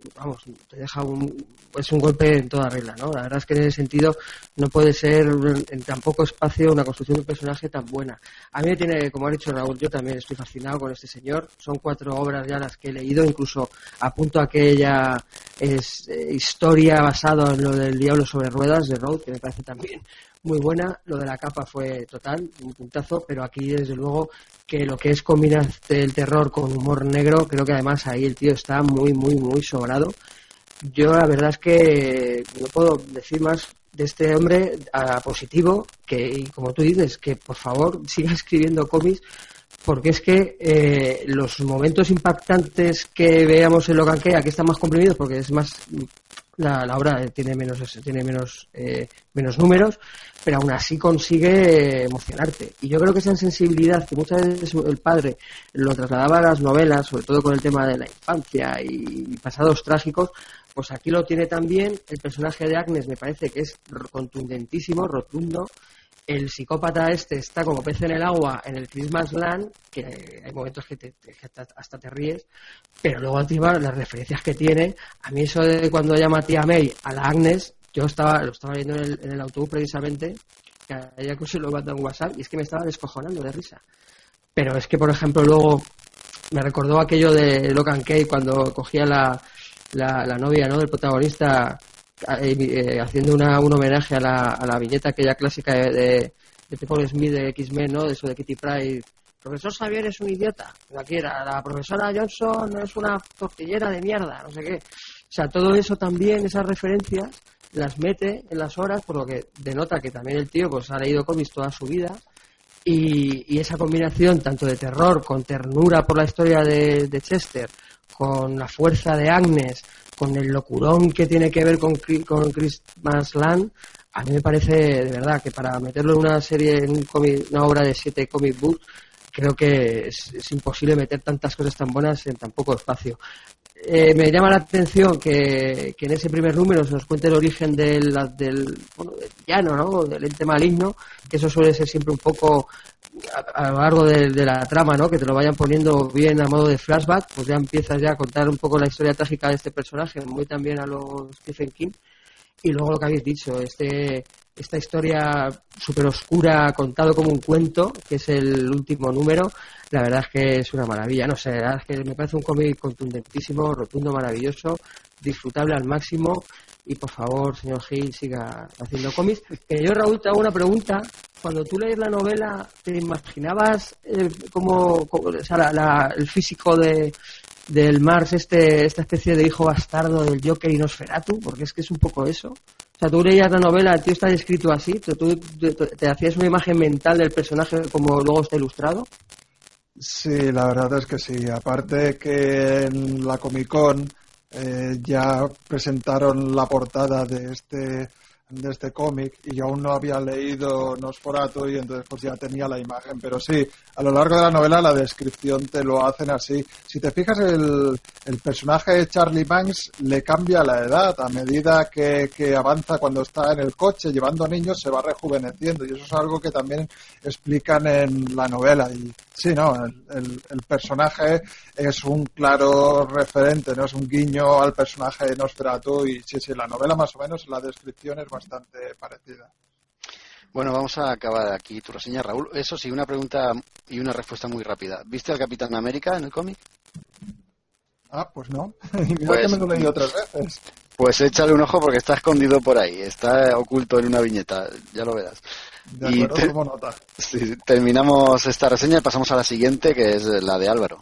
golpe en toda regla, ¿no? La verdad es que en ese sentido no puede ser en tan poco espacio una construcción de un personaje tan buena. A mí me tiene, como ha dicho Raúl, yo también estoy fascinado con este señor. Son 4 obras ya las que he leído, incluso apunto a que ella es historia basada en lo del Diablo sobre Ruedas de Road, que me parece también muy buena. Lo de la capa fue total, un puntazo, pero aquí desde luego que lo que es combinar el terror con humor negro, creo que además ahí el tío está muy, muy, muy sobrado. Yo la verdad es que no puedo decir más de este hombre a positivo, que, y como tú dices, que por favor siga escribiendo cómics, porque es que los momentos impactantes que veamos en Locan Key aquí están más comprimidos, porque es más la obra tiene menos números, pero aún así consigue emocionarte. Y yo creo que esa sensibilidad que muchas veces el padre lo trasladaba a las novelas, sobre todo con el tema de la infancia y pasados trágicos, pues aquí lo tiene también. El personaje de Agnes me parece que es contundentísimo, rotundo. El psicópata está como pez en el agua en el Christmas Land, que hay momentos que hasta te ríes, pero luego encima las referencias que tiene. A mí eso de cuando llama a tía May a la Agnes, yo lo estaba viendo en el autobús precisamente, que a ella se lo manda en WhatsApp, y es que me estaba descojonando de risa. Pero es que, por ejemplo, luego me recordó aquello de Locan Key cuando cogía la novia, ¿no?, del protagonista, haciendo un homenaje a la viñeta aquella clásica de Paul Smith de X-Men, ¿no?, de eso de Kitty Pryde. Profesor Xavier es un idiota. Aquí era la profesora Johnson es una tortillera de mierda, no sé qué. O sea, todo eso también, esas referencias, las mete en las horas, por lo que denota que también el tío pues ha leído cómics toda su vida. Y esa combinación tanto de terror con ternura por la historia de Chester, con la fuerza de Agnes, con el locurón que tiene que ver con Christmas Land, a mí me parece de verdad que para meterlo en una serie, en un cómic, una obra de 7 comic books, creo que es imposible meter tantas cosas tan buenas en tan poco espacio. Me llama la atención que en ese primer número se nos cuente el origen del villano, ¿no?, del ente maligno, que eso suele ser siempre un poco a lo largo de la trama, ¿no?, que te lo vayan poniendo bien a modo de flashback, pues ya empiezas ya a contar un poco la historia trágica de este personaje, muy también a lo Stephen King. Y luego lo que habéis dicho, esta historia súper oscura, contado como un cuento, que es el último número, la verdad es que es una maravilla. No sé, la verdad es que me parece un cómic contundentísimo, rotundo, maravilloso, disfrutable al máximo. Y por favor, señor Hill, siga haciendo cómics. Que yo, Raúl, te hago una pregunta. Cuando tú lees la novela, ¿te imaginabas el físico de del Marx, esta especie de hijo bastardo del Joker y Nosferatu, porque es que es un poco eso. O sea, tú leías la novela, el tío está descrito así, tú te hacías una imagen mental del personaje como luego está ilustrado. Sí, la verdad es que sí. Aparte que en la Comic Con ya presentaron la portada de este cómic y yo aún no había leído Nosferatu y entonces pues ya tenía la imagen, pero sí, a lo largo de la novela la descripción te lo hacen así. Si te fijas, el personaje de Charlie Banks le cambia la edad a medida que avanza. Cuando está en el coche llevando niños se va rejuveneciendo y eso es algo que también explican en la novela. Y sí, no, el personaje es un claro referente, no es un guiño al personaje de Nosferatu y sí, la novela más o menos, la descripción es bastante parecida. Bueno, vamos a acabar aquí tu reseña, Raúl. Eso sí, una pregunta y una respuesta muy rápida. ¿Viste al Capitán América en el cómic? Ah, pues no. Mira que me lo he leído 3 veces. Pues échale un ojo porque está escondido por ahí. Está oculto en una viñeta, ya lo verás. De acuerdo, tomo nota. Sí, terminamos esta reseña y pasamos a la siguiente, que es la de Álvaro.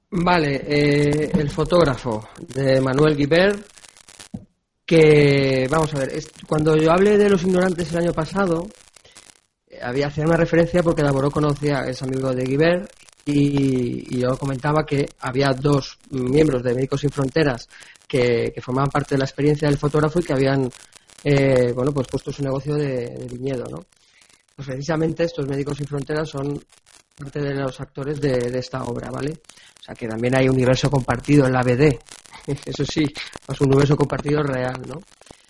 Vale, el fotógrafo de Manuel Guibert, que, vamos a ver, cuando yo hablé de Los Ignorantes el año pasado, hacía una referencia porque Laboró conocía, es amigo de Guibert, y yo comentaba que había 2 miembros de Médicos Sin Fronteras que formaban parte de la experiencia del fotógrafo y que habían pues puesto su negocio de viñedo, ¿no? Pues precisamente estos Médicos Sin Fronteras son parte de los actores de esta obra, ¿vale? O sea que también hay universo compartido en la BD, eso sí, es un universo compartido real, ¿no?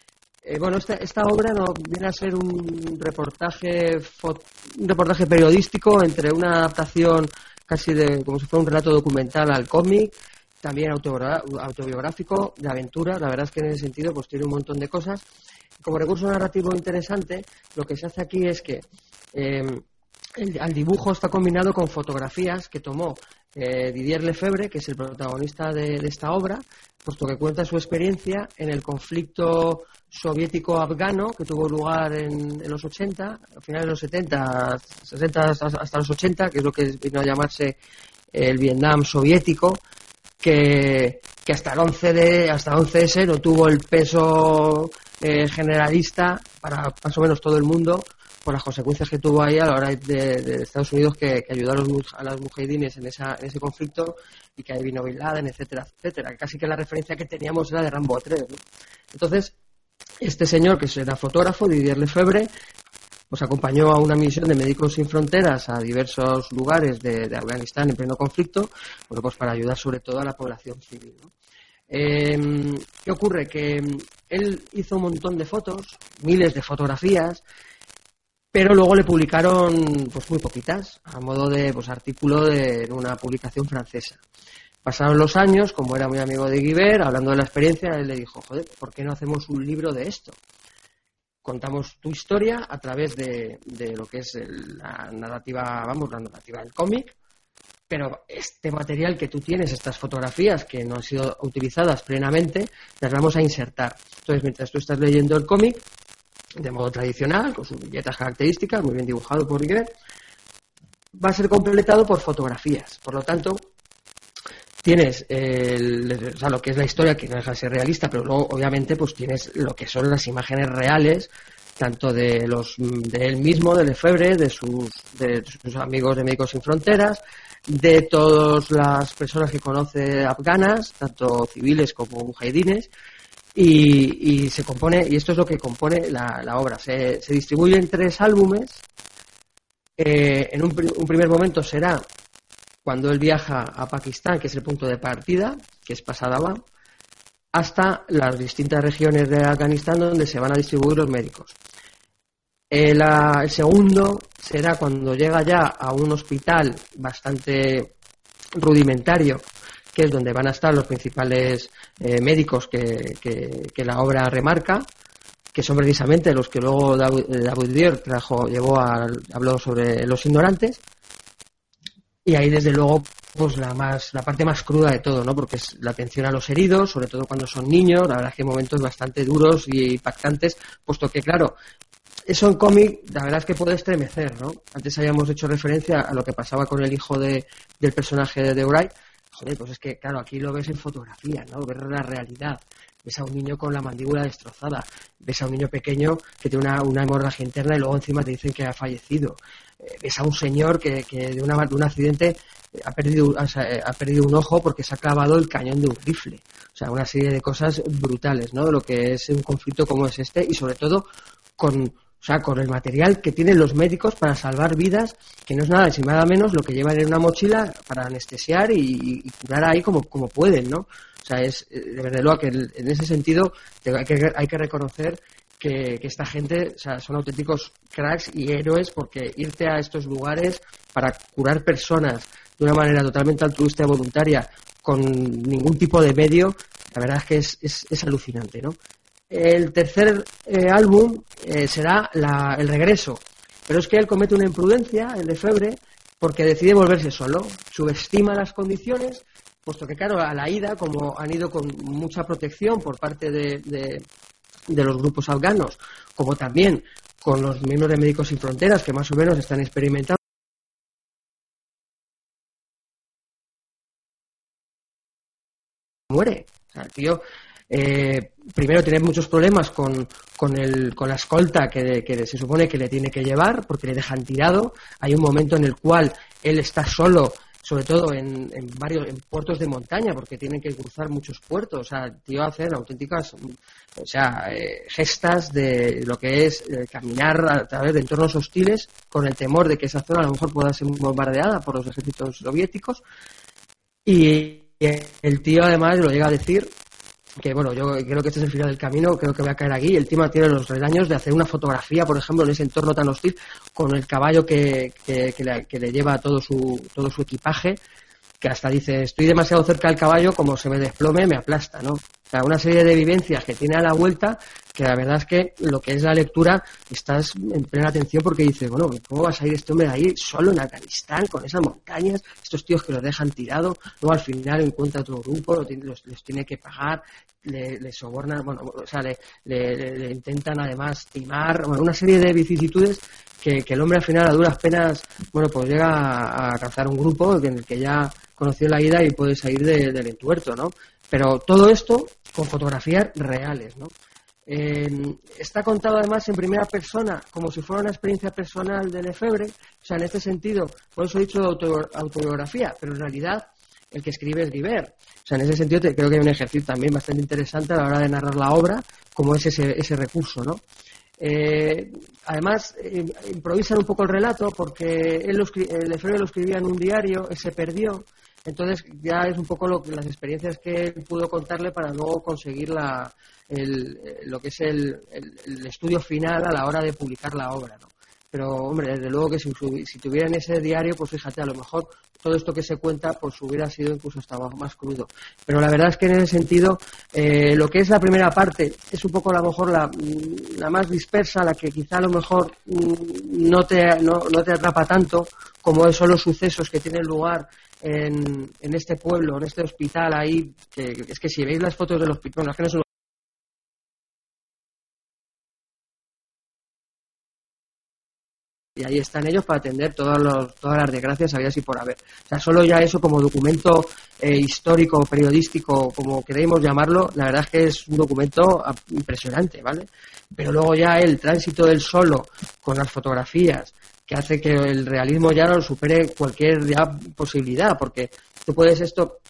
Esta obra no viene a ser un reportaje periodístico entre una adaptación casi como si fuera un relato documental al cómic, también autobiográfico, de aventura. La verdad es que en ese sentido pues tiene un montón de cosas. Como recurso narrativo interesante, lo que se hace aquí es que al dibujo está combinado con fotografías que tomó Didier Lefebvre, que es el protagonista de esta obra, puesto que cuenta su experiencia en el conflicto soviético-afgano que tuvo lugar en los 80, a finales de los 70, 60 hasta los 80, que es lo que vino a llamarse el Vietnam soviético, que hasta el 11S no tuvo el peso generalista para más o menos todo el mundo, por las consecuencias que tuvo ahí a la hora de Estados Unidos que ayudó a los mujahidines en ese conflicto, y que ahí vino Bin Laden, etcétera, etcétera. Casi que la referencia que teníamos era de Rambo 3, ¿no? Entonces, este señor, que era fotógrafo, Didier Lefebvre, pues acompañó a una misión de Médicos Sin Fronteras a diversos lugares de Afganistán en pleno conflicto, pues para ayudar sobre todo a la población civil, ¿no? ¿Qué ocurre? Que él hizo un montón de fotos, miles de fotografías, pero luego le publicaron pues muy poquitas, a modo de artículo en una publicación francesa. Pasaron los años, como era muy amigo de Guibert, hablando de la experiencia, él le dijo, joder, ¿por qué no hacemos un libro de esto? Contamos tu historia a través de lo que es la narrativa del cómic, pero este material que tú tienes, estas fotografías que no han sido utilizadas plenamente, las vamos a insertar. Entonces, mientras tú estás leyendo el cómic, de modo tradicional, con sus viñetas características, muy bien dibujado por Guibert, va a ser completado por fotografías. Por lo tanto, tienes lo que es la historia, que no deja de ser realista, pero luego obviamente pues tienes lo que son las imágenes reales, tanto de él mismo, de Lefebvre, de sus amigos de Médicos Sin Fronteras, de todas las personas que conoce afganas, tanto civiles como mujahidines, y se compone, y esto es lo que compone la obra. Se distribuye en 3 álbumes. En un primer momento será cuando él viaja a Pakistán, que es el punto de partida, que es Pasadaba, hasta las distintas regiones de Afganistán donde se van a distribuir los médicos. El segundo será cuando llega ya a un hospital bastante rudimentario, que es donde van a estar los principales médicos que la obra remarca, que son precisamente los que luego David Dier habló sobre Los Ignorantes. Y ahí desde luego pues la parte más cruda de todo, ¿no? Porque es la atención a los heridos, sobre todo cuando son niños. La verdad es que hay momentos bastante duros y impactantes, puesto que claro, eso en cómic la verdad es que puede estremecer, ¿no? Antes habíamos hecho referencia a lo que pasaba con el hijo del personaje de Wright. Joder, pues es que claro, aquí lo ves en fotografía, ¿no? Ves la realidad. Ves a un niño con la mandíbula destrozada, ves a un niño pequeño que tiene una hemorragia interna y luego encima te dicen que ha fallecido. Ves a un señor que de un accidente ha perdido un ojo porque se ha clavado el cañón de un rifle. O sea, una serie de cosas brutales, ¿no? Lo que es un conflicto como es este, y sobre todo con el material que tienen los médicos para salvar vidas, que no es nada ni nada menos lo que llevan en una mochila para anestesiar y curar ahí como pueden, ¿no? O sea, es de verdad que en ese sentido hay que reconocer que esta gente, o sea, son auténticos cracks y héroes, porque irte a estos lugares para curar personas de una manera totalmente altruista y voluntaria, con ningún tipo de medio, la verdad es que es alucinante, ¿no? El tercer álbum será el regreso, pero es que él comete una imprudencia, el Lefebvre, porque decide volverse solo, subestima las condiciones, puesto que claro, a la ida, como han ido con mucha protección por parte de los grupos afganos, como también con los miembros de Médicos Sin Fronteras, que más o menos están experimentando muere. O sea, el tío primero tiene muchos problemas con la escolta que se supone que le tiene que llevar, porque le dejan tirado. Hay un momento en el cual él está solo, sobre todo en puertos de montaña, porque tienen que cruzar muchos puertos. O sea, el tío hace auténticas gestas de lo que es caminar a través de entornos hostiles, con el temor de que esa zona a lo mejor pueda ser bombardeada por los ejércitos soviéticos. Y el tío además lo llega a decir que, bueno, yo creo que este es el final del camino, creo que voy a caer aquí. El tío tiene los redaños de hacer una fotografía, por ejemplo, en ese entorno tan hostil, con el caballo que le lleva todo su equipaje, que hasta dice, estoy demasiado cerca del caballo, como se me desplome, me aplasta, ¿no? O sea, una serie de vivencias que tiene a la vuelta, que la verdad es que lo que es la lectura, estás en plena atención porque dices, bueno, ¿cómo va a salir este hombre de ahí solo en Afganistán, con esas montañas, estos tíos que los dejan tirados, luego al final encuentra otro grupo, los tiene que pagar, le sobornan, bueno, o sea, le intentan además timar, bueno, una serie de vicisitudes que el hombre al final a duras penas, bueno, pues llega a alcanzar un grupo en el que ya conoció la ida y puede salir del entuerto, ¿no? Pero todo esto con fotografías reales, ¿no? Está contado además en primera persona, como si fuera una experiencia personal de Lefebvre, o sea, en este sentido, por eso he dicho autobiografía, pero en realidad el que escribe es Guibert. O sea, en ese sentido creo que hay un ejercicio también bastante interesante a la hora de narrar la obra, como es ese recurso, ¿no? Además, improvisan un poco el relato porque Lefebvre lo escribía en un diario, se perdió. Entonces ya es un poco las experiencias que él pudo contarle para luego conseguir lo que es el estudio final a la hora de publicar la obra, ¿no? Pero, hombre, desde luego que si tuvieran ese diario, pues fíjate, a lo mejor todo esto que se cuenta pues hubiera sido incluso hasta más crudo. Pero la verdad es que en ese sentido, lo que es la primera parte es un poco a lo mejor la más dispersa, la que quizá a lo mejor no te atrapa tanto como son los sucesos que tienen lugar en este pueblo, en este hospital ahí, que es que si veis las fotos del hospital, bueno, es que no son... Y ahí están ellos para atender todas las desgracias habidas y por haber. O sea, solo ya eso como documento histórico, periodístico, como queremos llamarlo, la verdad es que es un documento impresionante, ¿vale? Pero luego ya el tránsito del solo con las fotografías, que hace que el realismo ya no supere cualquier ya posibilidad, porque tú puedes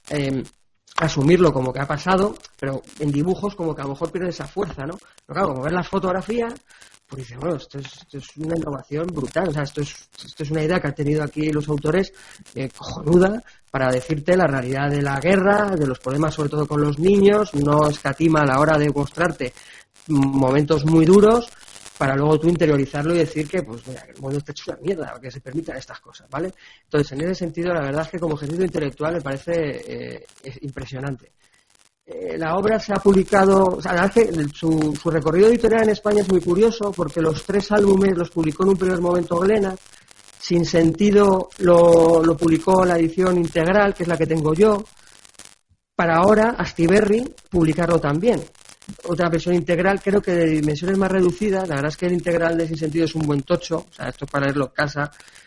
asumirlo como que ha pasado, pero en dibujos como que a lo mejor pierde esa fuerza, ¿no? Pero claro, como ver las fotografías, pues dices, bueno, esto es una innovación brutal, o sea, esto es una idea que han tenido aquí los autores cojonuda para decirte la realidad de la guerra, de los problemas sobre todo con los niños, no escatima a la hora de mostrarte momentos muy duros, para luego tú interiorizarlo y decir que, pues, mira, que el mundo está hecho una mierda, que se permitan estas cosas, ¿vale? Entonces, en ese sentido, la verdad es que como ejercicio intelectual me parece impresionante. La obra se ha publicado, o sea, la verdad es que su recorrido editorial en España es muy curioso, porque los 3 álbumes los publicó en un primer momento Glénat, Sin Sentido lo publicó la edición integral, que es la que tengo yo, para ahora Astiberri publicarlo también. Otra versión integral, creo que de dimensiones más reducidas. La verdad es que el integral de Sin Sentido es un buen tocho, o sea, esto es para leerlo en casa.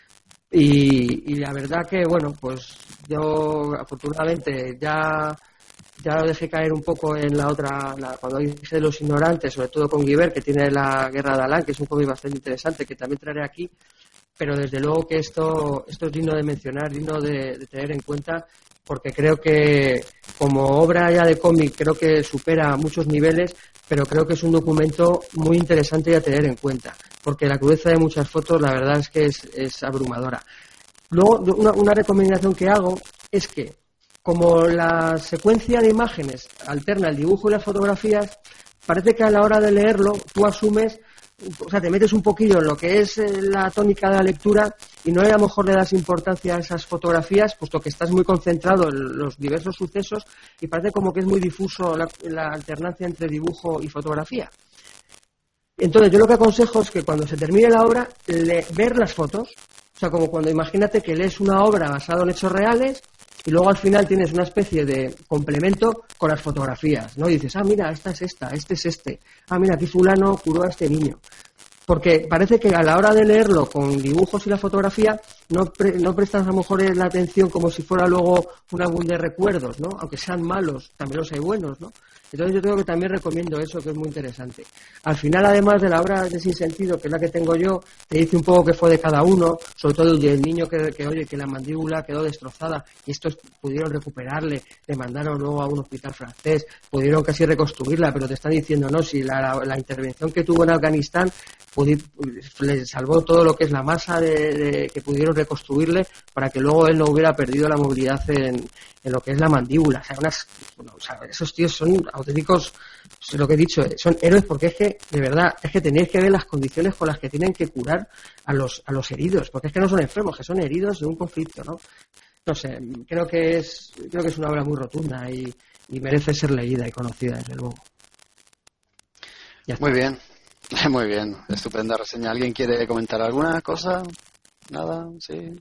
Y la verdad que, bueno, pues yo afortunadamente ya lo dejé caer un poco en la otra, cuando dije de los ignorantes, sobre todo con Guibert, que tiene La Guerra de Alán, que es un cómic bastante interesante, que también traeré aquí. Pero desde luego que esto es digno de mencionar, digno de tener en cuenta, porque creo que como obra ya de cómic creo que supera muchos niveles, pero creo que es un documento muy interesante y a tener en cuenta, porque la crudeza de muchas fotos la verdad es que es abrumadora. Luego, una recomendación que hago es que, como la secuencia de imágenes alterna el dibujo y las fotografías, parece que a la hora de leerlo tú asumes, o sea, te metes un poquillo en lo que es la tónica de la lectura y no a lo mejor le das importancia a esas fotografías, puesto que estás muy concentrado en los diversos sucesos y parece como que es muy difuso la alternancia entre dibujo y fotografía. Entonces, yo lo que aconsejo es que cuando se termine la obra, ver las fotos. O sea, como cuando imagínate que lees una obra basada en hechos reales y luego al final tienes una especie de complemento con las fotografías, ¿no? Y dices, mira, esta es esta, este es este. Mira, aquí fulano curó a este niño. Porque parece que a la hora de leerlo con dibujos y la fotografía no prestas a lo mejor la atención como si fuera luego un álbum de recuerdos, ¿no? Aunque sean malos, también los hay buenos, ¿no? Entonces yo creo que también recomiendo eso, que es muy interesante. Al final, además de la obra de Sinsentido, que es la que tengo yo, te dice un poco qué fue de cada uno, sobre todo el niño que oye que la mandíbula quedó destrozada y estos pudieron recuperarle, le mandaron luego a un hospital francés, pudieron casi reconstruirla, pero te están diciendo, no, si la intervención que tuvo en Afganistán le salvó todo lo que es la masa que pudieron reconstruirle para que luego él no hubiera perdido la movilidad en lo que es la mandíbula. O sea, esos tíos son auténticos, lo que he dicho, son héroes, porque es que, de verdad, es que tenéis que ver las condiciones con las que tienen que curar a los heridos, porque es que no son enfermos, que son heridos de un conflicto, ¿no? No sé, creo que es una obra muy rotunda y merece ser leída y conocida, desde luego. Muy bien. Muy bien, estupenda reseña. ¿Alguien quiere comentar alguna cosa? ¿Nada? ¿Sí?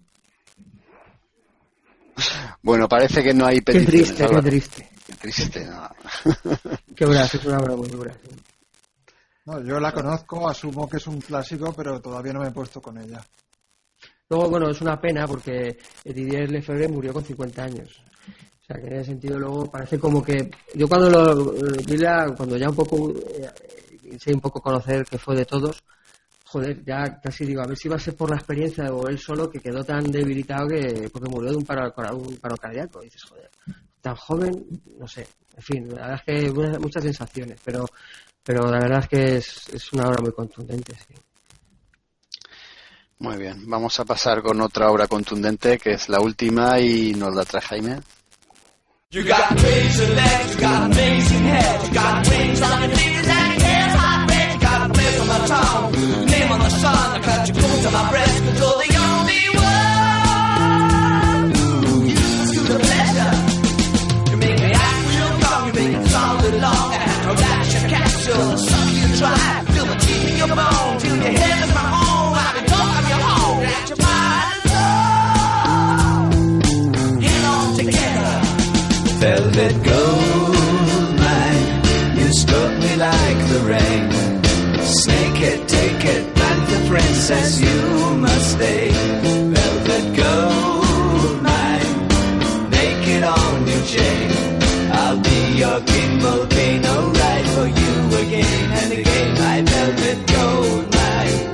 Bueno, parece que no hay peticiones. Qué triste. Qué triste, no. Qué obra, es una obra muy dura. Sí. No, yo la conozco, asumo que es un clásico, pero todavía no me he puesto con ella. Luego, bueno, es una pena porque Didier Lefebvre murió con 50 años. O sea, que en ese sentido luego parece como que... Yo cuando ya un poco... sé un poco conocer qué fue de todos, joder, ya casi digo, a ver si va a ser por la experiencia o él solo, que quedó tan debilitado porque murió de un paro cardíaco. Y dices, joder, tan joven, no sé, en fin, la verdad es que muchas sensaciones, pero la verdad es que es una obra muy contundente, sí. Muy bien, vamos a pasar con otra obra contundente, que es la última, y nos la trae Jaime. You got crazy legs, you got amazing head, you got wings on your fingers and your hair's hot red, you got a place on my tongue, name on the sun, I cut your bones on my breast, cause you're the only one. It's the pleasure. You make me act real calm, you make it solid long, and relax your capsule, suck you dry, feel the teeth in your bone, till your head is my home, I've been talking your home, at your body soul. Get on together. Velvet gold mine, you struck me like the rain. Snake it, take it, panther princess, you must stay. Velvet gold mine, naked on your chain. I'll be your king volcano, ride for you again and again, my velvet gold mine.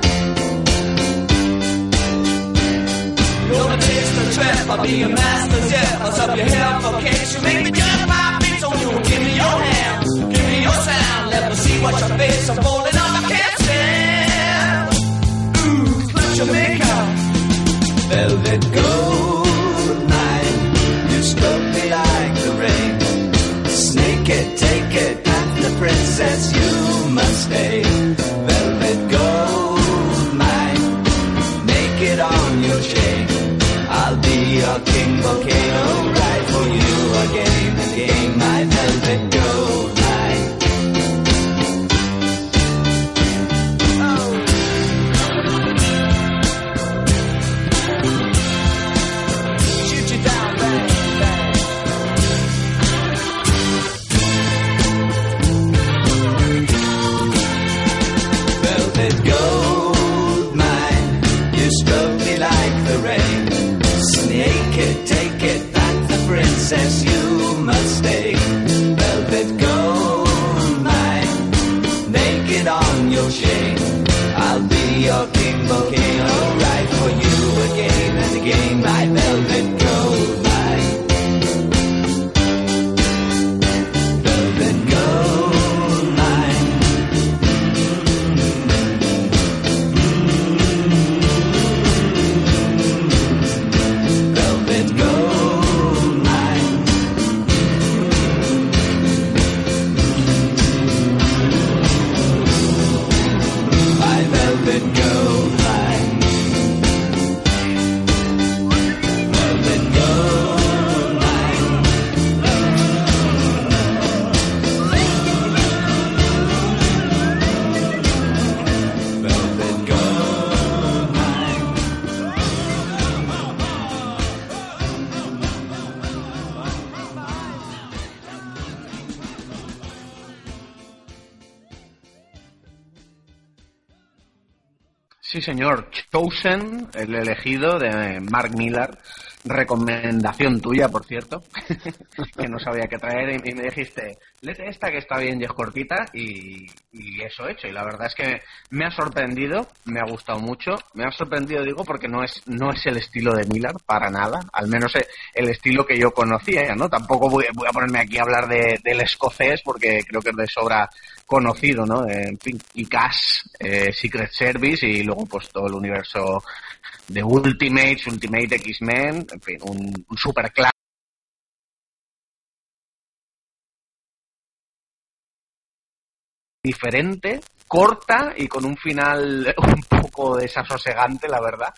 You're my taste of trap, I'll be your master jet. I'll up your hair for case, you make me jump my feet, so you give me your hand, give me your sound, let me see what your face, I'm holding up, I can't stand. Ooh, put your makeup. Velvet gold mine, you struck me like the rain. Snake it, take it, and the princess, you must stay. Velvet gold mine, naked on your chain. I'll be your king volcano, ride for you again and again, my velvet gold mine. Oh. Shoot you down, bang, bang. Velvet gold mine, you struck me like the rain. Snake it, take it, back the princess, you must stay. Velvet gold mine, naked on your chain. I'll be your king volcano, ride for you again and again, my velvet gold mine. Velvet gold mine. Velvet gold mine. My velvet gold mine. Velvet gold Sí, señor. Chosen, el elegido de Mark Millar. Recomendación tuya, por cierto, que no sabía qué traer y me dijiste, léete esta que está bien y es cortita y eso he hecho. Y la verdad es que me ha sorprendido, me ha gustado mucho. Me ha sorprendido, digo, porque no es el estilo de Millar para nada, al menos el estilo que yo conocía, ¿no? Tampoco voy a ponerme aquí a hablar del escocés porque creo que es de sobra conocido, ¿no? En fin, Kick-Ass, Secret Service y luego pues todo el universo de Ultimate X-Men, en fin, un super clásico. Diferente, corta y con un final un poco desasosegante, la verdad.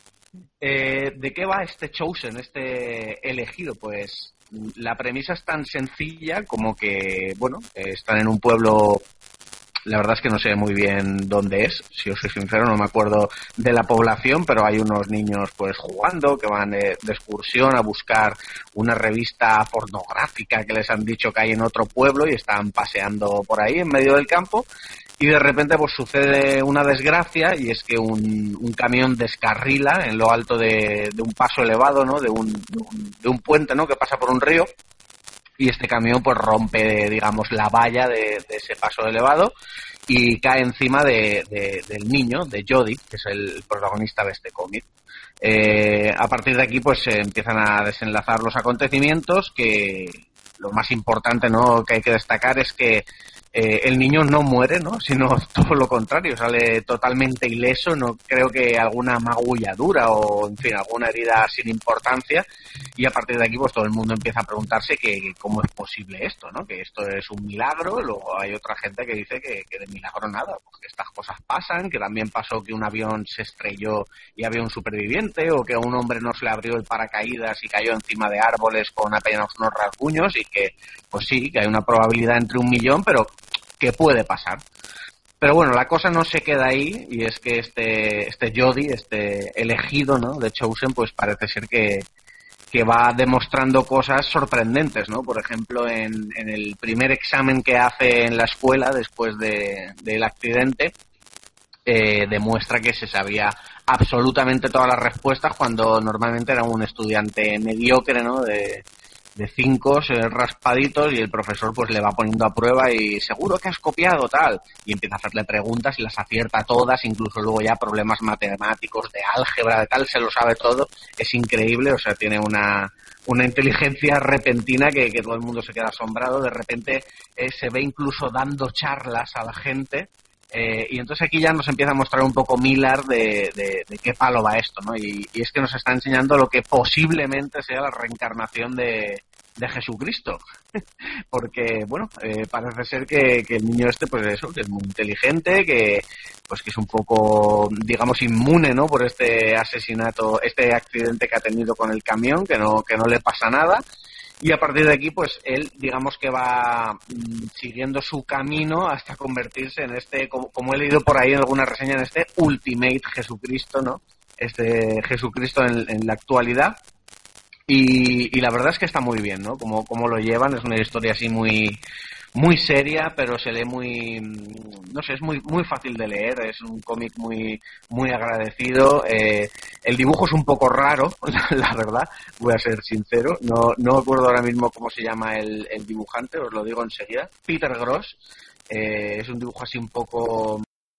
¿De qué va este Chosen, este elegido? Pues la premisa es tan sencilla como que, bueno, están en un pueblo. La verdad es que no sé muy bien dónde es, si os soy sincero, no me acuerdo de la población, pero hay unos niños pues jugando que van de excursión a buscar una revista pornográfica que les han dicho que hay en otro pueblo y están paseando por ahí en medio del campo y de repente pues sucede una desgracia y es que un camión descarrila en lo alto de un paso elevado, ¿no? de un puente, ¿no? Que pasa por un río. Y este camión pues rompe, digamos, la valla de ese paso elevado y cae encima del niño, de Jody, que es el protagonista de este cómic. A partir de aquí pues se empiezan a desenlazar los acontecimientos, que lo más importante, ¿no?, que hay que destacar es que el niño no muere, ¿no?, sino todo lo contrario, sale totalmente ileso, no creo que alguna magulladura o, en fin, alguna herida sin importancia, y a partir de aquí pues todo el mundo empieza a preguntarse que cómo es posible esto, ¿no?, que esto es un milagro. Luego hay otra gente que dice que de milagro nada, porque estas cosas pasan, que también pasó que un avión se estrelló y había un superviviente, o que a un hombre no se le abrió el paracaídas y cayó encima de árboles con apenas unos rasguños, y que, pues sí, que hay una probabilidad entre 1.000.000, pero que puede pasar. Pero bueno, la cosa no se queda ahí, y es que este Jody, este elegido, ¿no?, de Chosen, pues parece ser que va demostrando cosas sorprendentes, ¿no? Por ejemplo, en el primer examen que hace en la escuela después del accidente, demuestra que se sabía absolutamente todas las respuestas cuando normalmente era un estudiante mediocre, ¿no?, de 5 raspaditos, y el profesor pues le va poniendo a prueba y seguro que has copiado tal, y empieza a hacerle preguntas y las acierta todas, incluso luego ya problemas matemáticos, de álgebra, de tal, se lo sabe todo. Es increíble, o sea, tiene una inteligencia repentina que todo el mundo se queda asombrado. De repente se ve incluso dando charlas a la gente. Y entonces aquí ya nos empieza a mostrar un poco Millar de qué palo va esto, ¿no? Y es que nos está enseñando lo que posiblemente sea la reencarnación de Jesucristo. Porque, bueno, parece ser que el niño este, pues eso, que es muy inteligente, que es un poco, digamos, inmune, ¿no?, por este asesinato, este accidente que ha tenido con el camión, que no le pasa nada. Y a partir de aquí, pues él, digamos que va siguiendo su camino hasta convertirse en este, como he leído por ahí en alguna reseña, en este Ultimate Jesucristo, ¿no? Este Jesucristo en la actualidad. Y la verdad es que está muy bien, ¿no? Como lo llevan, es una historia así muy muy seria, pero se lee muy, no sé, es muy muy fácil de leer, es un cómic muy muy agradecido. El dibujo es un poco raro, la verdad, voy a ser sincero, no recuerdo ahora mismo cómo se llama el dibujante, os lo digo enseguida. Peter Gross. Es un dibujo así un poco,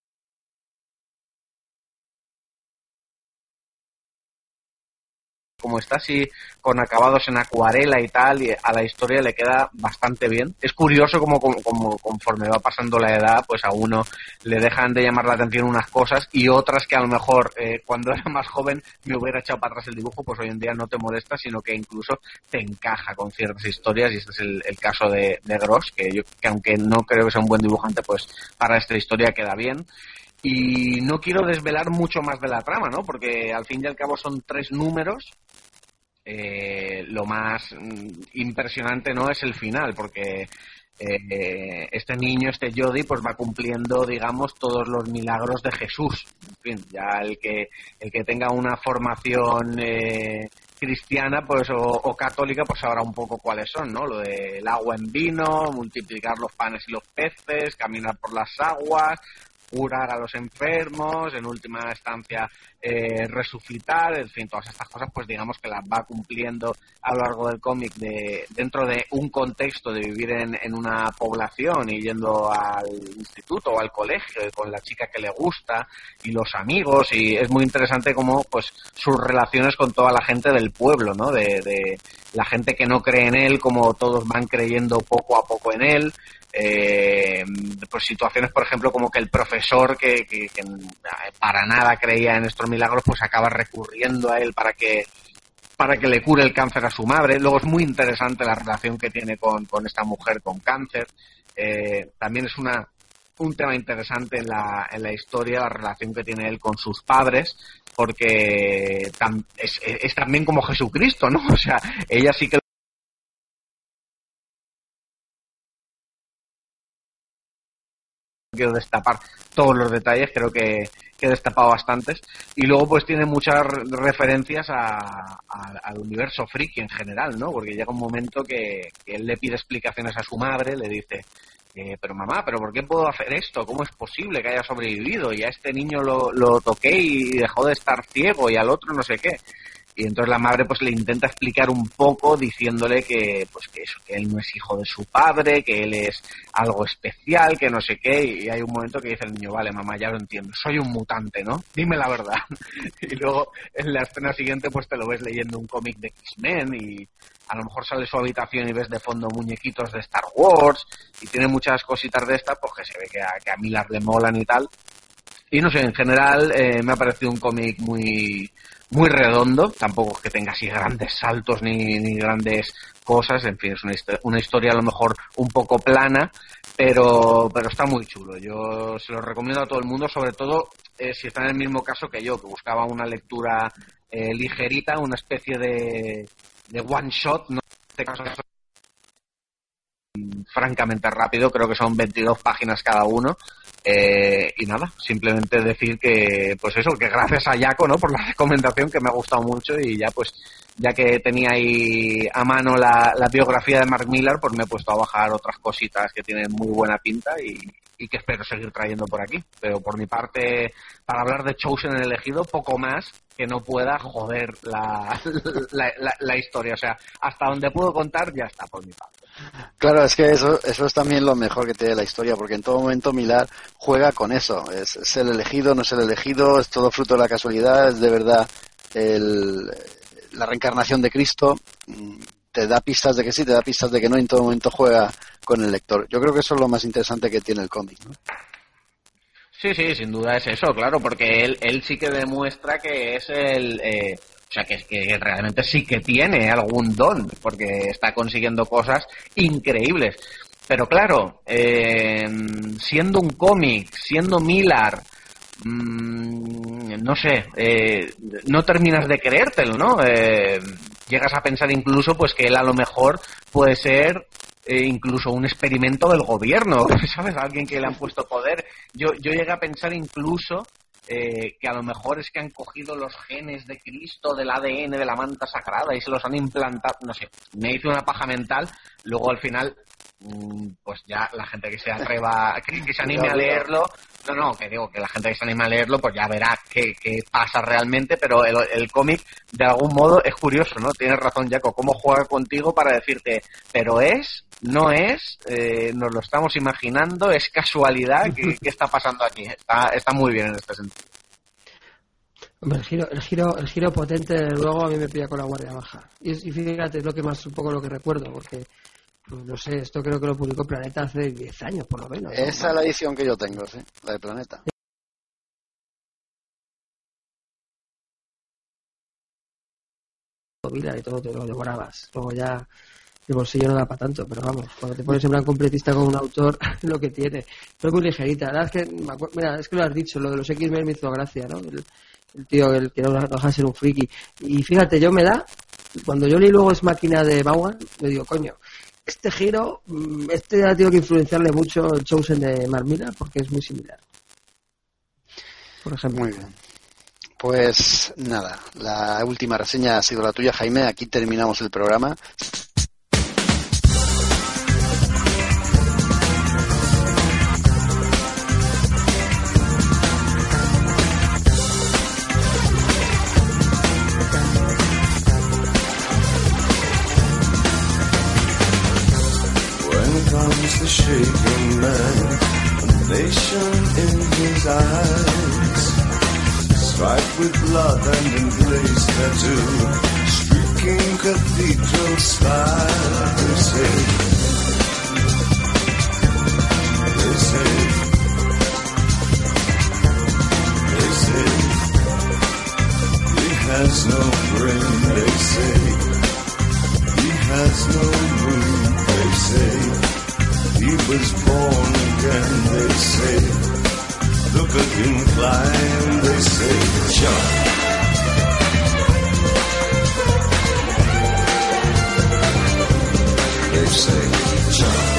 como está así con acabados en acuarela y tal, y a la historia le queda bastante bien. Es curioso como conforme va pasando la edad, pues a uno le dejan de llamar la atención unas cosas y otras que a lo mejor cuando era más joven me hubiera echado para atrás el dibujo, pues hoy en día no te molesta, sino que incluso te encaja con ciertas historias, y este es el caso de Gross, que aunque no creo que sea un buen dibujante, pues para esta historia queda bien. Y no quiero desvelar mucho más de la trama, ¿no?, porque al fin y al cabo son 3 números. Lo más impresionante, ¿no?, es el final, porque este niño, este Jody, pues va cumpliendo, digamos, todos los milagros de Jesús. En fin, ya el que tenga una formación cristiana, pues o católica, pues sabrá un poco cuáles son, ¿no? Lo del agua en vino, multiplicar los panes y los peces, caminar por las aguas, curar a los enfermos, en última instancia resucitar, en fin, todas estas cosas pues digamos que las va cumpliendo a lo largo del cómic dentro de un contexto de vivir en una población y yendo al instituto o al colegio y con la chica que le gusta y los amigos, y es muy interesante como pues sus relaciones con toda la gente del pueblo, ¿no? De la gente que no cree en él, como todos van creyendo poco a poco en él. Pues situaciones, por ejemplo, como que el profesor que para nada creía en estos milagros, pues acaba recurriendo a él para que le cure el cáncer a su madre. Luego es muy interesante la relación que tiene con esta mujer con cáncer. También es un tema interesante en la historia, la relación que tiene él con sus padres, porque es también como Jesucristo, ¿no? O sea, ella sí que quiero destapar todos los detalles, creo que he destapado bastantes, y luego pues tiene muchas referencias al universo friki en general, ¿no? Porque llega un momento que él le pide explicaciones a su madre, le dice pero mamá, ¿pero por qué puedo hacer esto? ¿Cómo es posible que haya sobrevivido? Y a este niño lo toqué y dejó de estar ciego, y al otro no sé qué. Y entonces la madre pues le intenta explicar un poco diciéndole que él no es hijo de su padre, que él es algo especial, que no sé qué, y hay un momento que dice el niño, vale mamá, ya lo entiendo, soy un mutante, ¿no? Dime la verdad. Y luego en la escena siguiente pues te lo ves leyendo un cómic de X-Men y a lo mejor sale su habitación y ves de fondo muñequitos de Star Wars y tiene muchas cositas de estas, pues que se ve que a Miller le molan y tal. Y no sé, en general me ha parecido un cómic muy redondo, tampoco es que tenga así grandes saltos ni grandes cosas, en fin, es una historia a lo mejor un poco plana, pero está muy chulo. Yo se lo recomiendo a todo el mundo, sobre todo si está en el mismo caso que yo, que buscaba una lectura ligerita, una especie de one shot, ¿no? En este caso francamente rápido, creo que son 22 páginas cada uno. Y nada, simplemente decir que pues eso, que gracias a Jaco, ¿no? Por la recomendación, que me ha gustado mucho, y ya que tenía ahí a mano la biografía de Mark Millar, pues me he puesto a bajar otras cositas que tienen muy buena pinta y que espero seguir trayendo por aquí. Pero por mi parte, para hablar de Chosen el elegido, poco más que no pueda joder la historia. O sea, hasta donde puedo contar ya está por mi parte. Claro, es que eso es también lo mejor que tiene la historia, porque en todo momento Millar juega con eso. Es el elegido, no es el elegido, es todo fruto de la casualidad, es de verdad la reencarnación de Cristo. Te da pistas de que sí, te da pistas de que no, y en todo momento juega con el lector. Yo creo que eso es lo más interesante que tiene el cómic, ¿no? Sí, sin duda es eso, claro, porque él sí que demuestra que es o sea, que realmente sí que tiene algún don, porque está consiguiendo cosas increíbles. Pero claro, siendo un cómic, siendo Millar, no sé, no terminas de creértelo, ¿no? Llegas a pensar incluso pues que él a lo mejor puede ser incluso un experimento del gobierno, ¿sabes? Alguien que le han puesto poder. Yo llegué a pensar incluso que a lo mejor es que han cogido los genes de Cristo, del ADN, de la manta sagrada, y se los han implantado, no sé, me hice una paja mental. Luego al final pues ya la gente que se atreva, que se anime a leerlo, que digo que la gente que se anime a leerlo pues ya verá qué pasa realmente, pero el cómic de algún modo es curioso, ¿no? Tienes razón, Jaco, cómo juega contigo para decirte, pero no es, nos lo estamos imaginando, es casualidad, ¿qué está pasando aquí? Está muy bien en este sentido. Hombre, el giro potente, luego a mí me pilla con la guardia baja. Y fíjate, es lo que más, un poco lo que recuerdo, porque pues no sé, esto creo que lo publicó Planeta hace 10 años, por lo menos. Esa es la edición que yo tengo, sí, la de Planeta. Y todo te lo devorabas. Luego ya el bolsillo no da para tanto, pero vamos, cuando te pones en plan completista con un autor, lo que tiene. Pero es muy ligerita. La verdad es que, mira, es que lo has dicho, lo de los X-Men me hizo gracia, ¿no? El tío que no deja de ser un friki. Y fíjate, cuando yo leí luego Es Máquina de Vaughan, me digo, coño, este giro, ha tenido que influenciarle mucho el Chosen de Mark Millar, porque es muy similar. Por ejemplo. Muy bien. Pues nada, la última reseña ha sido la tuya, Jaime. Aquí terminamos el programa. aching man, a nation in his eyes, striped with blood and emblazed tattoo, streaking cathedral spire. They say, he has no brain, they say. He has no moon, they say. He was born again, they say. Look at him climb, they say. Jump. They say, jump.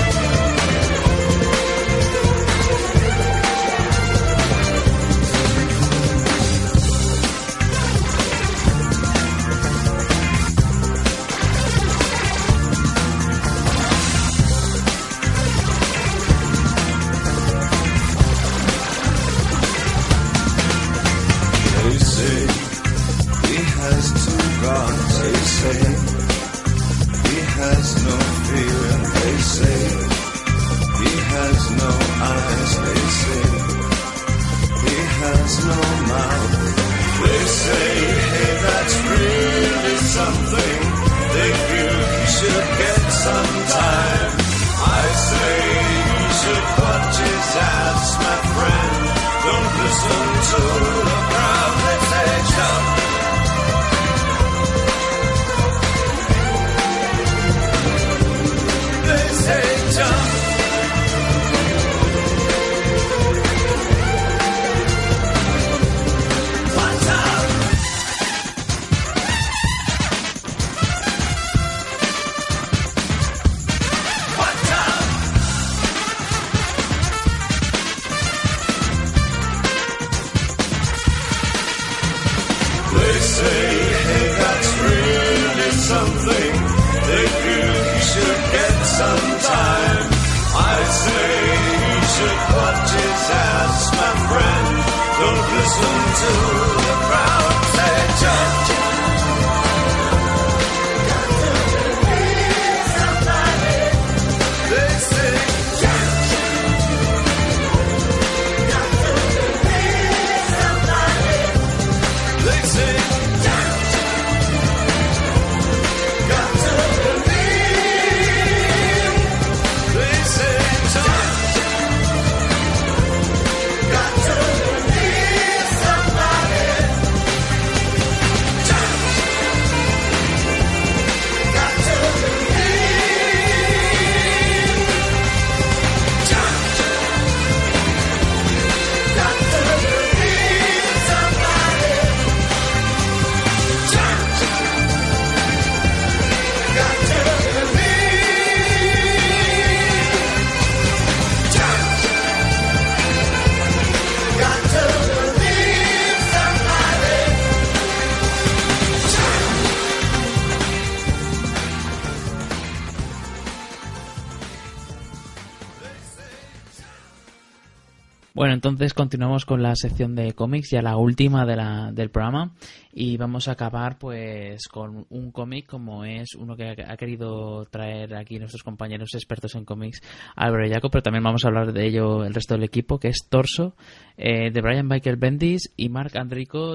Bueno, entonces continuamos con la sección de cómics, ya la última del programa, y vamos a acabar pues con un cómic como es uno que ha querido traer aquí nuestros compañeros expertos en cómics, Álvaro y Jaco, pero también vamos a hablar de ello el resto del equipo, que es Torso, de Brian Michael Bendis y Mark Andrico,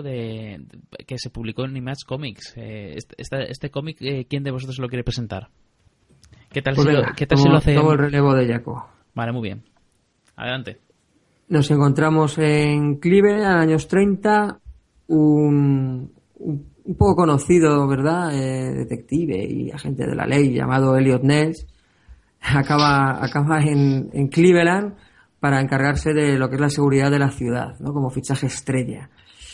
que se publicó en Image Comics. Este cómic, ¿quién de vosotros lo quiere presentar? ¿Qué tal, pues ¿qué tal si lo hace? Tomo el relevo de Jaco. Vale, muy bien. Adelante. Nos encontramos en Cleveland, en años 30, un poco conocido, ¿verdad? Detective y agente de la ley llamado Elliot Ness acaba en Cleveland para encargarse de lo que es la seguridad de la ciudad, ¿no? Como fichaje estrella.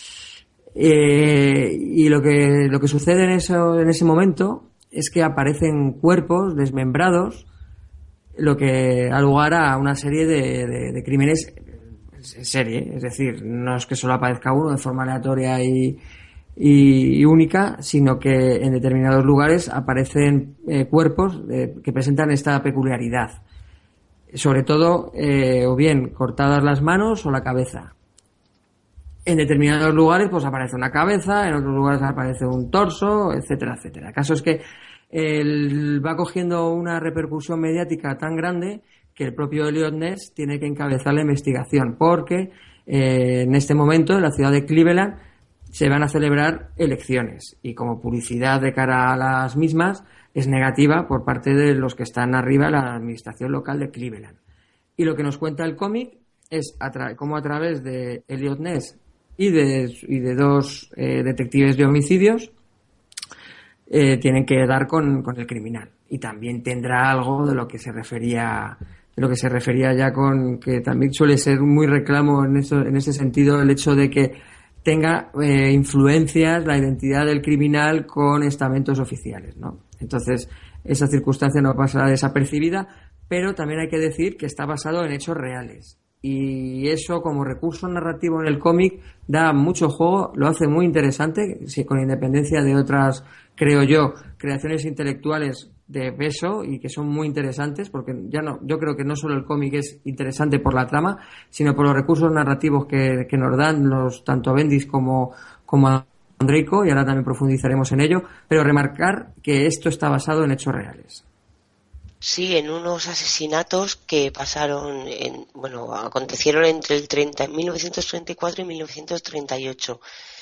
Y lo que sucede en ese momento es que aparecen cuerpos desmembrados, lo que da lugar a una serie de crímenes en serie, es decir, no es que solo aparezca uno de forma aleatoria y única, sino que en determinados lugares aparecen cuerpos que presentan esta peculiaridad, sobre todo o bien cortadas las manos o la cabeza. En determinados lugares pues aparece una cabeza, en otros lugares aparece un torso, etcétera, etcétera. El caso es que va cogiendo una repercusión mediática tan grande que el propio Elliot Ness tiene que encabezar la investigación, porque en este momento en la ciudad de Cleveland se van a celebrar elecciones y como publicidad de cara a las mismas es negativa por parte de los que están arriba en la administración local de Cleveland. Y lo que nos cuenta el cómic es cómo a través de Elliot Ness y de dos detectives de homicidios tienen que dar con el criminal. Y también tendrá algo de lo que se refería ya con que también suele ser muy reclamo en ese sentido, el hecho de que tenga influencias la identidad del criminal con estamentos oficiales, ¿no? Entonces, esa circunstancia no pasará desapercibida, pero también hay que decir que está basado en hechos reales. Y eso, como recurso narrativo en el cómic, da mucho juego, lo hace muy interesante, con independencia de otras, creo yo, creaciones intelectuales de peso y que son muy interesantes, porque yo creo que no solo el cómic es interesante por la trama, sino por los recursos narrativos que nos dan tanto Bendis como Andreyko, y ahora también profundizaremos en ello, pero remarcar que esto está basado en hechos reales. Sí, en unos asesinatos que acontecieron entre 1934 y 1938.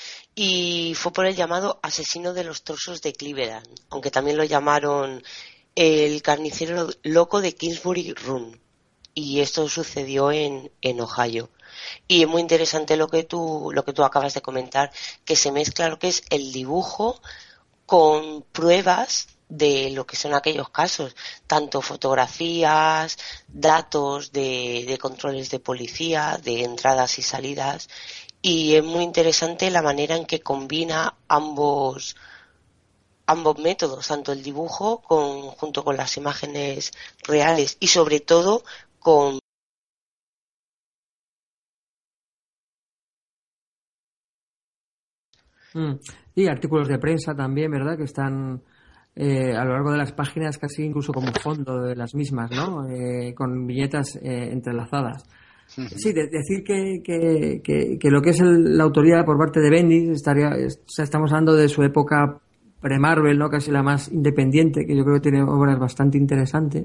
Y fue por el llamado asesino de los trozos de Cleveland, aunque también lo llamaron el carnicero loco de Kingsbury Run. Y esto sucedió en Ohio. Y es muy interesante lo que tú acabas de comentar, que se mezcla lo que es el dibujo con pruebas de lo que son aquellos casos, tanto fotografías, datos de controles de policía, de entradas y salidas, y es muy interesante la manera en que combina ambos métodos, tanto el dibujo junto con las imágenes reales y sobre todo con y artículos de prensa también, ¿verdad? Que están a lo largo de las páginas casi incluso como fondo de las mismas, ¿no? Con viñetas entrelazadas. Sí, decir que lo que es la autoría por parte de Bendis estamos hablando de su época pre-Marvel, ¿no? Casi la más independiente, que yo creo que tiene obras bastante interesantes.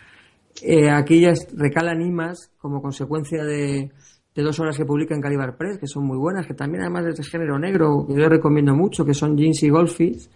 Aquí ya recalan IMAs como consecuencia de 2 obras que publica en Calibar Press, que son muy buenas, que también además de género negro, que yo recomiendo mucho, que son Jeans y Goldfish.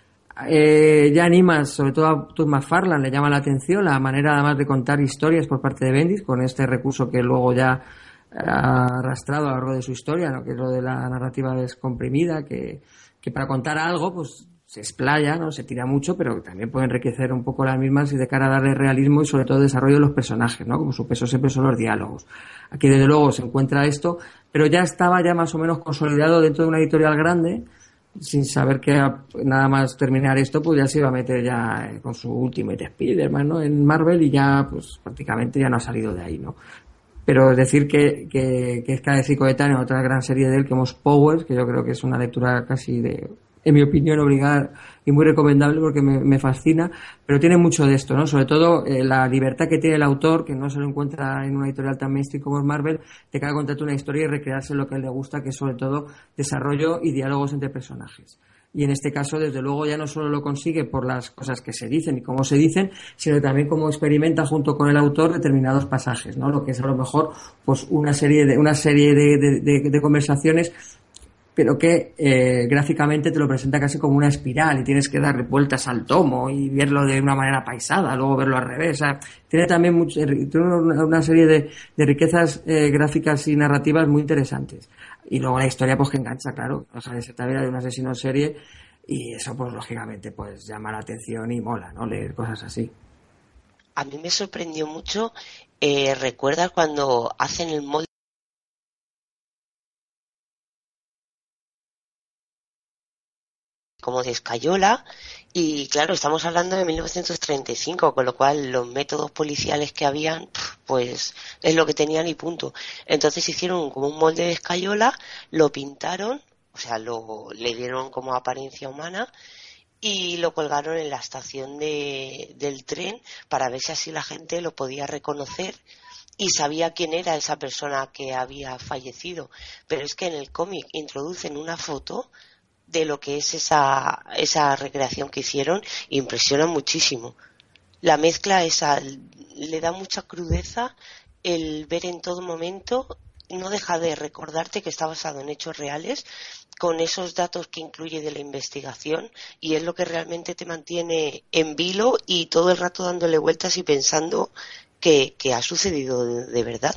Ya animas, sobre todo a Todd McFarlane le llama la atención la manera además de contar historias por parte de Bendis, con este recurso que luego ya ha arrastrado a lo largo de su historia, ¿no? Que es lo de la narrativa descomprimida, que para contar algo pues se explaya, ¿no? Se tira mucho, pero también puede enriquecer un poco las mismas y de cara a darle realismo y sobre todo desarrollo de los personajes, ¿no? Como su peso siempre son los diálogos. Aquí desde luego se encuentra esto, pero ya estaba ya más o menos consolidado dentro de una editorial grande, sin saber que nada más terminar esto pues ya se iba a meter ya con su Ultimate Spider-Man, ¿no? En Marvel, y ya pues prácticamente ya no ha salido de ahí, ¿no? Pero es decir que es casi coetáneo otra gran serie de él que hemos Powers, que yo creo que es una lectura casi en mi opinión obligada y muy recomendable porque me fascina, pero tiene mucho de esto, ¿no? Sobre todo la libertad que tiene el autor, que no se lo encuentra en una editorial tan mainstream como es Marvel, de cada contarte una historia y recrearse lo que a él le gusta, que es sobre todo desarrollo y diálogos entre personajes. Y en este caso, desde luego, ya no solo lo consigue por las cosas que se dicen y cómo se dicen, sino también cómo experimenta junto con el autor determinados pasajes, ¿no? Lo que es a lo mejor pues una serie de conversaciones, pero que gráficamente te lo presenta casi como una espiral y tienes que darle vueltas al tomo y verlo de una manera paisada, luego verlo al revés. O sea, tiene también tiene una serie de riquezas gráficas y narrativas muy interesantes. Y luego la historia pues que engancha, claro, o sea, de ser también de un asesino en serie, y eso pues lógicamente pues llama la atención y mola, ¿no? Leer cosas así. A mí me sorprendió mucho, ¿recuerdas cuando hacen el molde como de escayola? Y claro, estamos hablando de 1935, con lo cual los métodos policiales que habían, pues es lo que tenían y punto. Entonces hicieron como un molde de escayola, lo pintaron, o sea, le dieron como apariencia humana y lo colgaron en la estación del tren para ver si así la gente lo podía reconocer y sabía quién era esa persona que había fallecido. Pero es que en el cómic introducen una foto de lo que es esa recreación que hicieron, impresiona muchísimo. la mezcla esa le da mucha crudeza el ver en todo momento, no deja de recordarte que está basado en hechos reales, con esos datos que incluye de la investigación, y es lo que realmente te mantiene en vilo y todo el rato dándole vueltas y pensando que ha sucedido de verdad.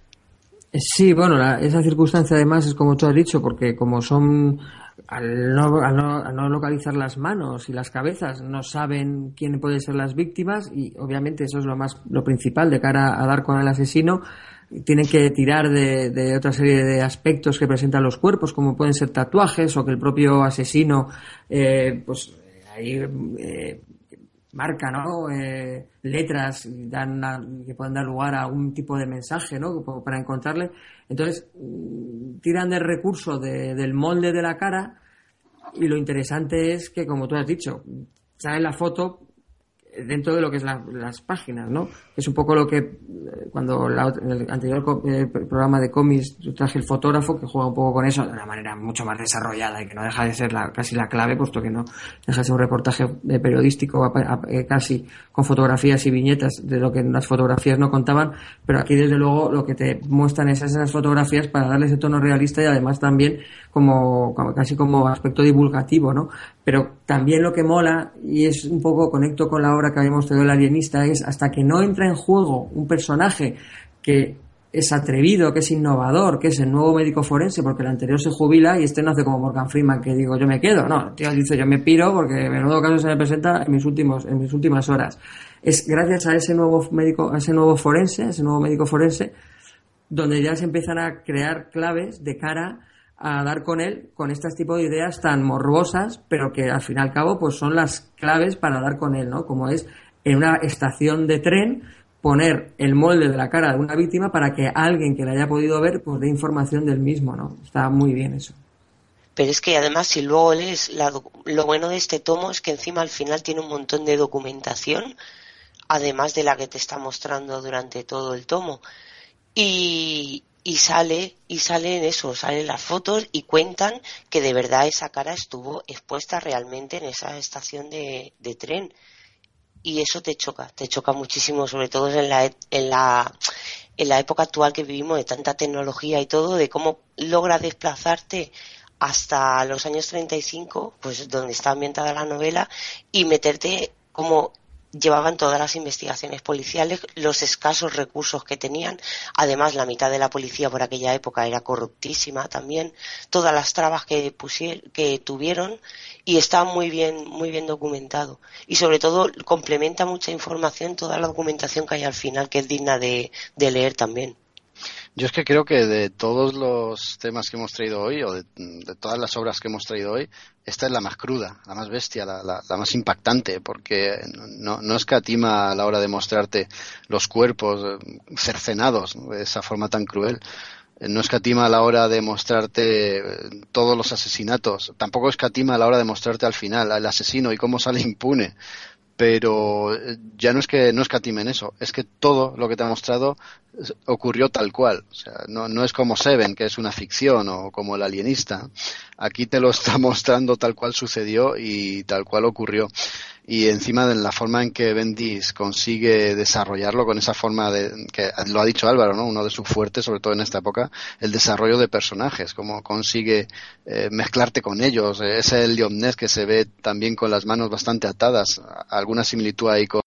Sí, bueno, esa circunstancia además es como tú has dicho, porque como son, al no localizar las manos y las cabezas, no saben quién pueden ser las víctimas, y obviamente eso es lo principal de cara a dar con el asesino. Tienen que tirar de otra serie de aspectos que presentan los cuerpos, como pueden ser tatuajes, o que el propio asesino pues ahí marca, ¿no? Letras que pueden dar lugar a algún tipo de mensaje, ¿no? Para encontrarle. Entonces tiran del recurso del molde de la cara, y lo interesante es que, como tú has dicho, sale la foto dentro de lo que es las páginas, ¿no? Es un poco lo que cuando en el anterior programa de cómics yo traje el fotógrafo, que juega un poco con eso de una manera mucho más desarrollada y que no deja de ser casi la clave, puesto que no deja de ser un reportaje periodístico casi con fotografías y viñetas de lo que las fotografías no contaban, pero aquí desde luego lo que te muestran es esas fotografías para darle ese tono realista y además también casi como aspecto divulgativo, ¿no? Pero también lo que mola, y es un poco conecto con la obra que habíamos tenido El Alienista, es hasta que no entra en juego un personaje que es atrevido, que es innovador, que es el nuevo médico forense, porque el anterior se jubila y este no hace como Morgan Freeman, que digo yo me quedo, no, el tío dice yo me piro porque menudo caso se me presenta en mis últimas horas. Es gracias a ese nuevo médico forense, donde ya se empiezan a crear claves de cara a dar con él, con este tipo de ideas tan morbosas, pero que al fin y al cabo pues son las claves para dar con él, ¿no? Como es en una estación de tren poner el molde de la cara de una víctima para que alguien que la haya podido ver pues dé información del mismo, ¿no? Está muy bien eso. Pero es que además, si luego lees lo bueno de este tomo es que encima al final tiene un montón de documentación, además de la que te está mostrando durante todo el tomo. Y salen las fotos y cuentan que de verdad esa cara estuvo expuesta realmente en esa estación de tren. Y eso te choca muchísimo, sobre todo en la época actual que vivimos, de tanta tecnología y todo, de cómo logra desplazarte hasta los años 35, pues donde está ambientada la novela, y meterte como llevaban todas las investigaciones policiales, los escasos recursos que tenían. Además, la mitad de la policía por aquella época era corruptísima también, todas las trabas que tuvieron, y está muy bien documentado. Y sobre todo complementa mucha información toda la documentación que hay al final, que es digna de leer también. Yo es que creo que de todos los temas que hemos traído hoy, o de todas las obras que hemos traído hoy, esta es la más cruda, la más bestia, la más impactante, porque no escatima a la hora de mostrarte los cuerpos cercenados de esa forma tan cruel. No escatima a la hora de mostrarte todos los asesinatos. Tampoco escatima a la hora de mostrarte al final al asesino y cómo sale impune. Pero ya no es que no escatimen eso, es que todo lo que te ha mostrado ocurrió tal cual. O sea, no es como Seven, que es una ficción, o como El Alienista. Aquí te lo está mostrando tal cual sucedió y tal cual ocurrió. Y encima de la forma en que Bendis consigue desarrollarlo, con esa forma que lo ha dicho Álvaro, ¿no? Uno de sus fuertes, sobre todo en esta época, el desarrollo de personajes, cómo consigue mezclarte con ellos. Ese Leon Ness que se ve también con las manos bastante atadas, alguna similitud ahí con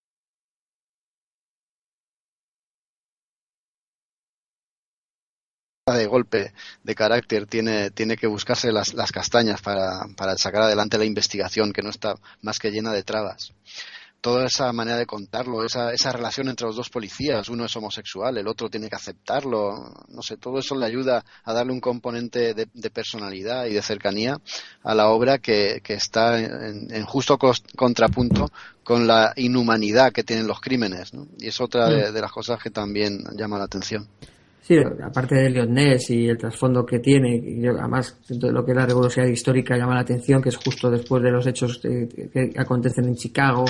de golpe de carácter, tiene que buscarse las castañas para sacar adelante la investigación, que no está más que llena de trabas. Toda esa manera de contarlo, esa relación entre los dos policías, uno es homosexual, el otro tiene que aceptarlo, no sé, todo eso le ayuda a darle un componente de personalidad y de cercanía a la obra que está en justo contrapunto con la inhumanidad que tienen los crímenes, ¿no? Y es otra de las cosas que también llama la atención. Sí, aparte de Leon Ness y el trasfondo que tiene, y además de lo que es la rigurosidad histórica llama la atención, que es justo después de los hechos que acontecen en Chicago,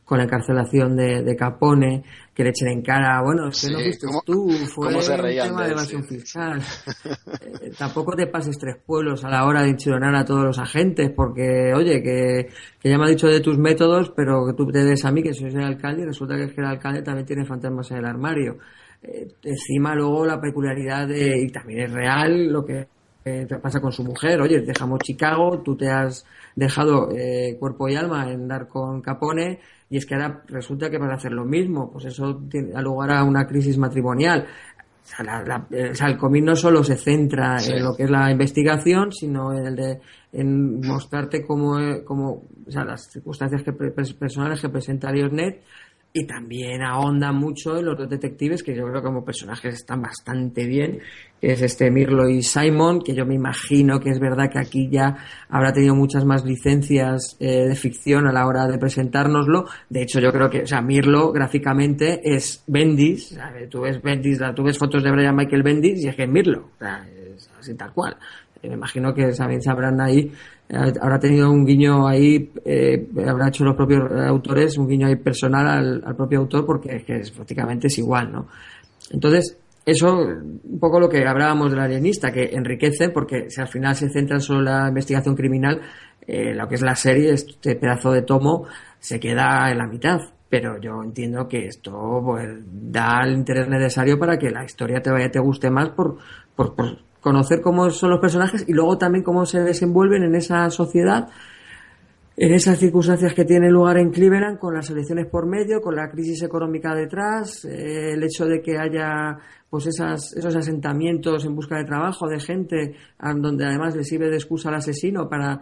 con la encarcelación de Capone, que le echen en cara, bueno, es que Sí, no viste ¿cómo- tú, fue cómo se un reían tema de de él, evasión sí. fiscal. Tampoco te pases 3 pueblos a la hora de enchironar a todos los agentes, porque, oye, que ya me ha dicho de tus métodos, pero que tú te des a mí, que soy el alcalde, y resulta que es que el alcalde también tiene fantasmas en el armario. Encima luego la peculiaridad y también es real lo que pasa con su mujer. Oye, dejamos Chicago, tú te has dejado cuerpo y alma en dar con Capone, y es que ahora resulta que vas a hacer lo mismo. Pues eso da lugar a una crisis matrimonial. O sea, el cómic no solo se centra Sí. en lo que es la investigación, sino en mostrarte cómo o sea, las circunstancias personales que presenta Liornet, y también ahonda mucho en los dos detectives, que yo creo que como personajes están bastante bien, que es Mirlo y Simon, que yo me imagino que es verdad que aquí ya habrá tenido muchas más licencias de ficción a la hora de presentárnoslo. De hecho, yo creo que, o sea, Mirlo gráficamente es Bendis, o sea, tú ves fotos de Brian Michael Bendis y es que es Mirlo, o sea, es así tal cual. Me imagino que también sabrán ahí, habrá tenido un guiño ahí, habrá hecho los propios autores un guiño ahí personal al propio autor, porque es que prácticamente es igual, ¿no? Entonces, eso, un poco lo que hablábamos del alienista, que enriquecen, porque si al final se centran solo en la investigación criminal, lo que es la serie, este pedazo de tomo, se queda en la mitad. Pero yo entiendo que esto pues, da el interés necesario para que la historia te guste más por conocer cómo son los personajes y luego también cómo se desenvuelven en esa sociedad, en esas circunstancias que tienen lugar en Cleveland, con las elecciones por medio, con la crisis económica detrás, el hecho de que haya pues esos asentamientos en busca de trabajo de gente, donde además le sirve de excusa al asesino para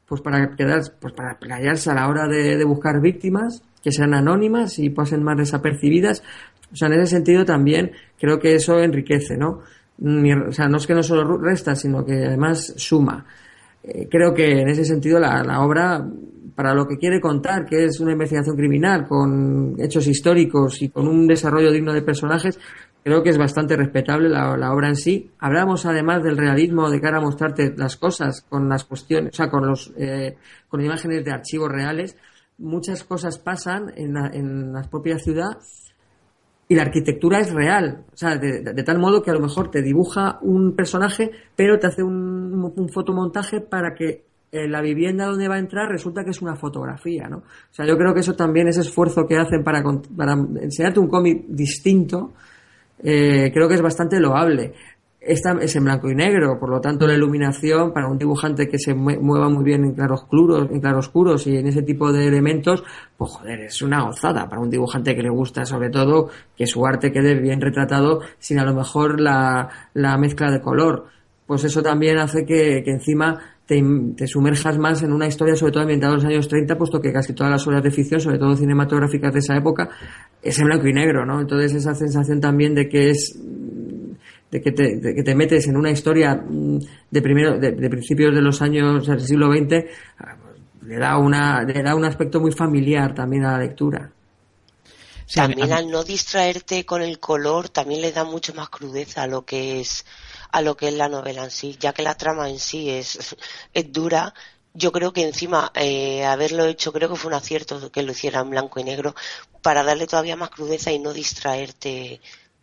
callarse a la hora de buscar víctimas que sean anónimas y pasen más desapercibidas. O sea, en ese sentido también creo que eso enriquece, ¿no? O sea, no es que no solo resta, sino que además suma. Creo que en ese sentido la obra, para lo que quiere contar, que es una investigación criminal con hechos históricos y con un desarrollo digno de personajes, creo que es bastante respetable la obra en sí. Hablamos además del realismo de cara a mostrarte las cosas con las cuestiones, o sea, con imágenes de archivos reales. Muchas cosas pasan en la propia ciudad y la arquitectura es real, o sea, de tal modo que a lo mejor te dibuja un personaje, pero te hace un fotomontaje para que la vivienda donde va a entrar resulta que es una fotografía, ¿no? O sea, yo creo que eso también, ese esfuerzo que hacen para enseñarte un cómic distinto, creo que es bastante loable. Esta es en blanco y negro, por lo tanto la iluminación para un dibujante que se mueva muy bien en claroscuros y en ese tipo de elementos, pues joder, es una gozada para un dibujante que le gusta, sobre todo que su arte quede bien retratado sin a lo mejor la mezcla de color. Pues eso también hace que encima te sumerjas más en una historia, sobre todo ambientada en los años 30, puesto que casi todas las obras de ficción, sobre todo cinematográficas de esa época, es en blanco y negro, ¿no? Entonces esa sensación también de que que te metes en una historia de principios de los años del siglo XX, le da un aspecto muy familiar también a la lectura. Sí, también al no distraerte con el color, también le da mucho más crudeza a lo que es la novela en sí, ya que la trama en sí es dura. Yo creo que encima haberlo hecho, creo que fue un acierto que lo hiciera en blanco y negro, para darle todavía más crudeza y no distraerte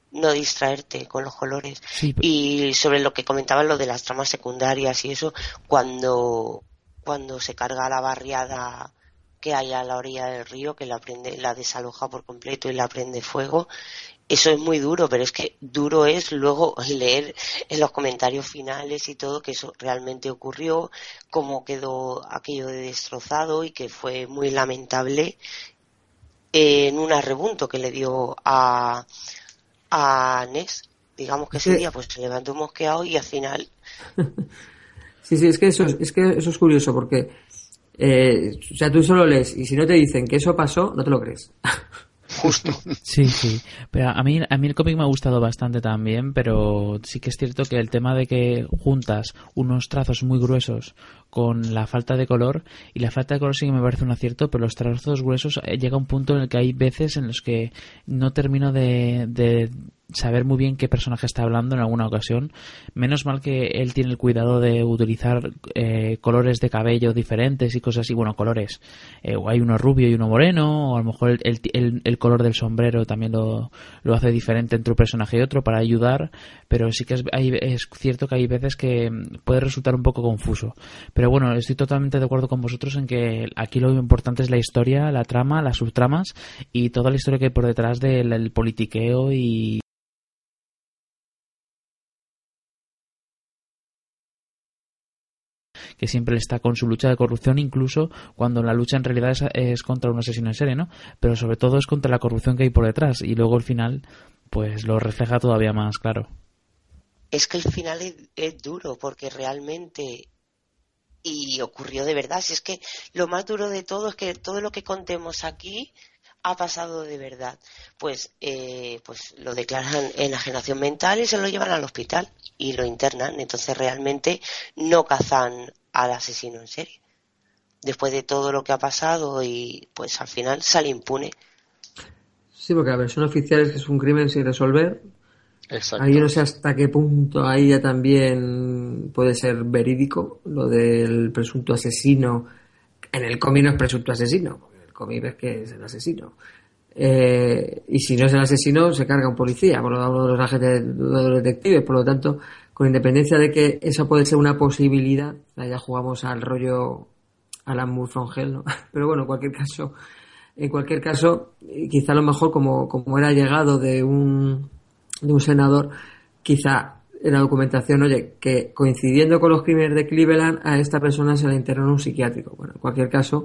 con los colores. Sí. Y sobre lo que comentaban, lo de las tramas secundarias y eso, cuando se carga la barriada que hay a la orilla del río, que la desaloja por completo y la prende fuego, eso es muy duro, pero es que duro es luego leer en los comentarios finales y todo que eso realmente ocurrió, cómo quedó aquello de destrozado y que fue muy lamentable en un arrebunto que le dio a Ness, digamos que ese día pues se levantó mosqueado y al final sí, es que eso es curioso porque o sea, tú solo lees y si no te dicen que eso pasó, no te lo crees. Justo. Sí, pero a mí el cómic me ha gustado bastante también, pero sí que es cierto que el tema de que juntas unos trazos muy gruesos con la falta de color, y la falta de color sí que me parece un acierto, pero los trazos gruesos llega un punto en el que hay veces en los que no termino de saber muy bien qué personaje está hablando en alguna ocasión. Menos mal que él tiene el cuidado de utilizar colores de cabello diferentes y cosas así. Bueno, colores. Hay uno rubio y uno moreno, o a lo mejor el color del sombrero también lo hace diferente entre un personaje y otro para ayudar, pero sí que es cierto que hay veces que puede resultar un poco confuso. Pero bueno, estoy totalmente de acuerdo con vosotros en que aquí lo importante es la historia, la trama, las subtramas y toda la historia que hay por detrás del politiqueo y que siempre está con su lucha de corrupción, incluso cuando la lucha en realidad es contra un asesino en serie, ¿no? Pero sobre todo es contra la corrupción que hay por detrás, y luego el final pues lo refleja todavía más claro. Es que el final es duro, porque realmente, y ocurrió de verdad, si es que lo más duro de todo es que todo lo que contemos aquí ha pasado de verdad. Pues lo declaran enajenación mental y se lo llevan al hospital y lo internan. Entonces realmente no cazan al asesino en serie. Después de todo lo que ha pasado, y pues al final sale impune. Sí, porque la versión oficial es que es un crimen sin resolver. Exacto. Ahí no sé hasta qué punto ahí ya también puede ser verídico lo del presunto asesino. En el cómic no es presunto asesino, porque en el cómic ves que es el asesino. Y si no es el asesino, se carga un policía, por lo tanto, los agentes, los detectives. Por lo tanto, con independencia de que eso puede ser una posibilidad, ya jugamos al rollo Alan Moore from Hell, ¿no? Pero bueno, en cualquier caso, quizá a lo mejor como era llegado de un senador, quizá en la documentación, oye, que coincidiendo con los crímenes de Cleveland, a esta persona se la internó en un psiquiátrico. Bueno, en cualquier caso,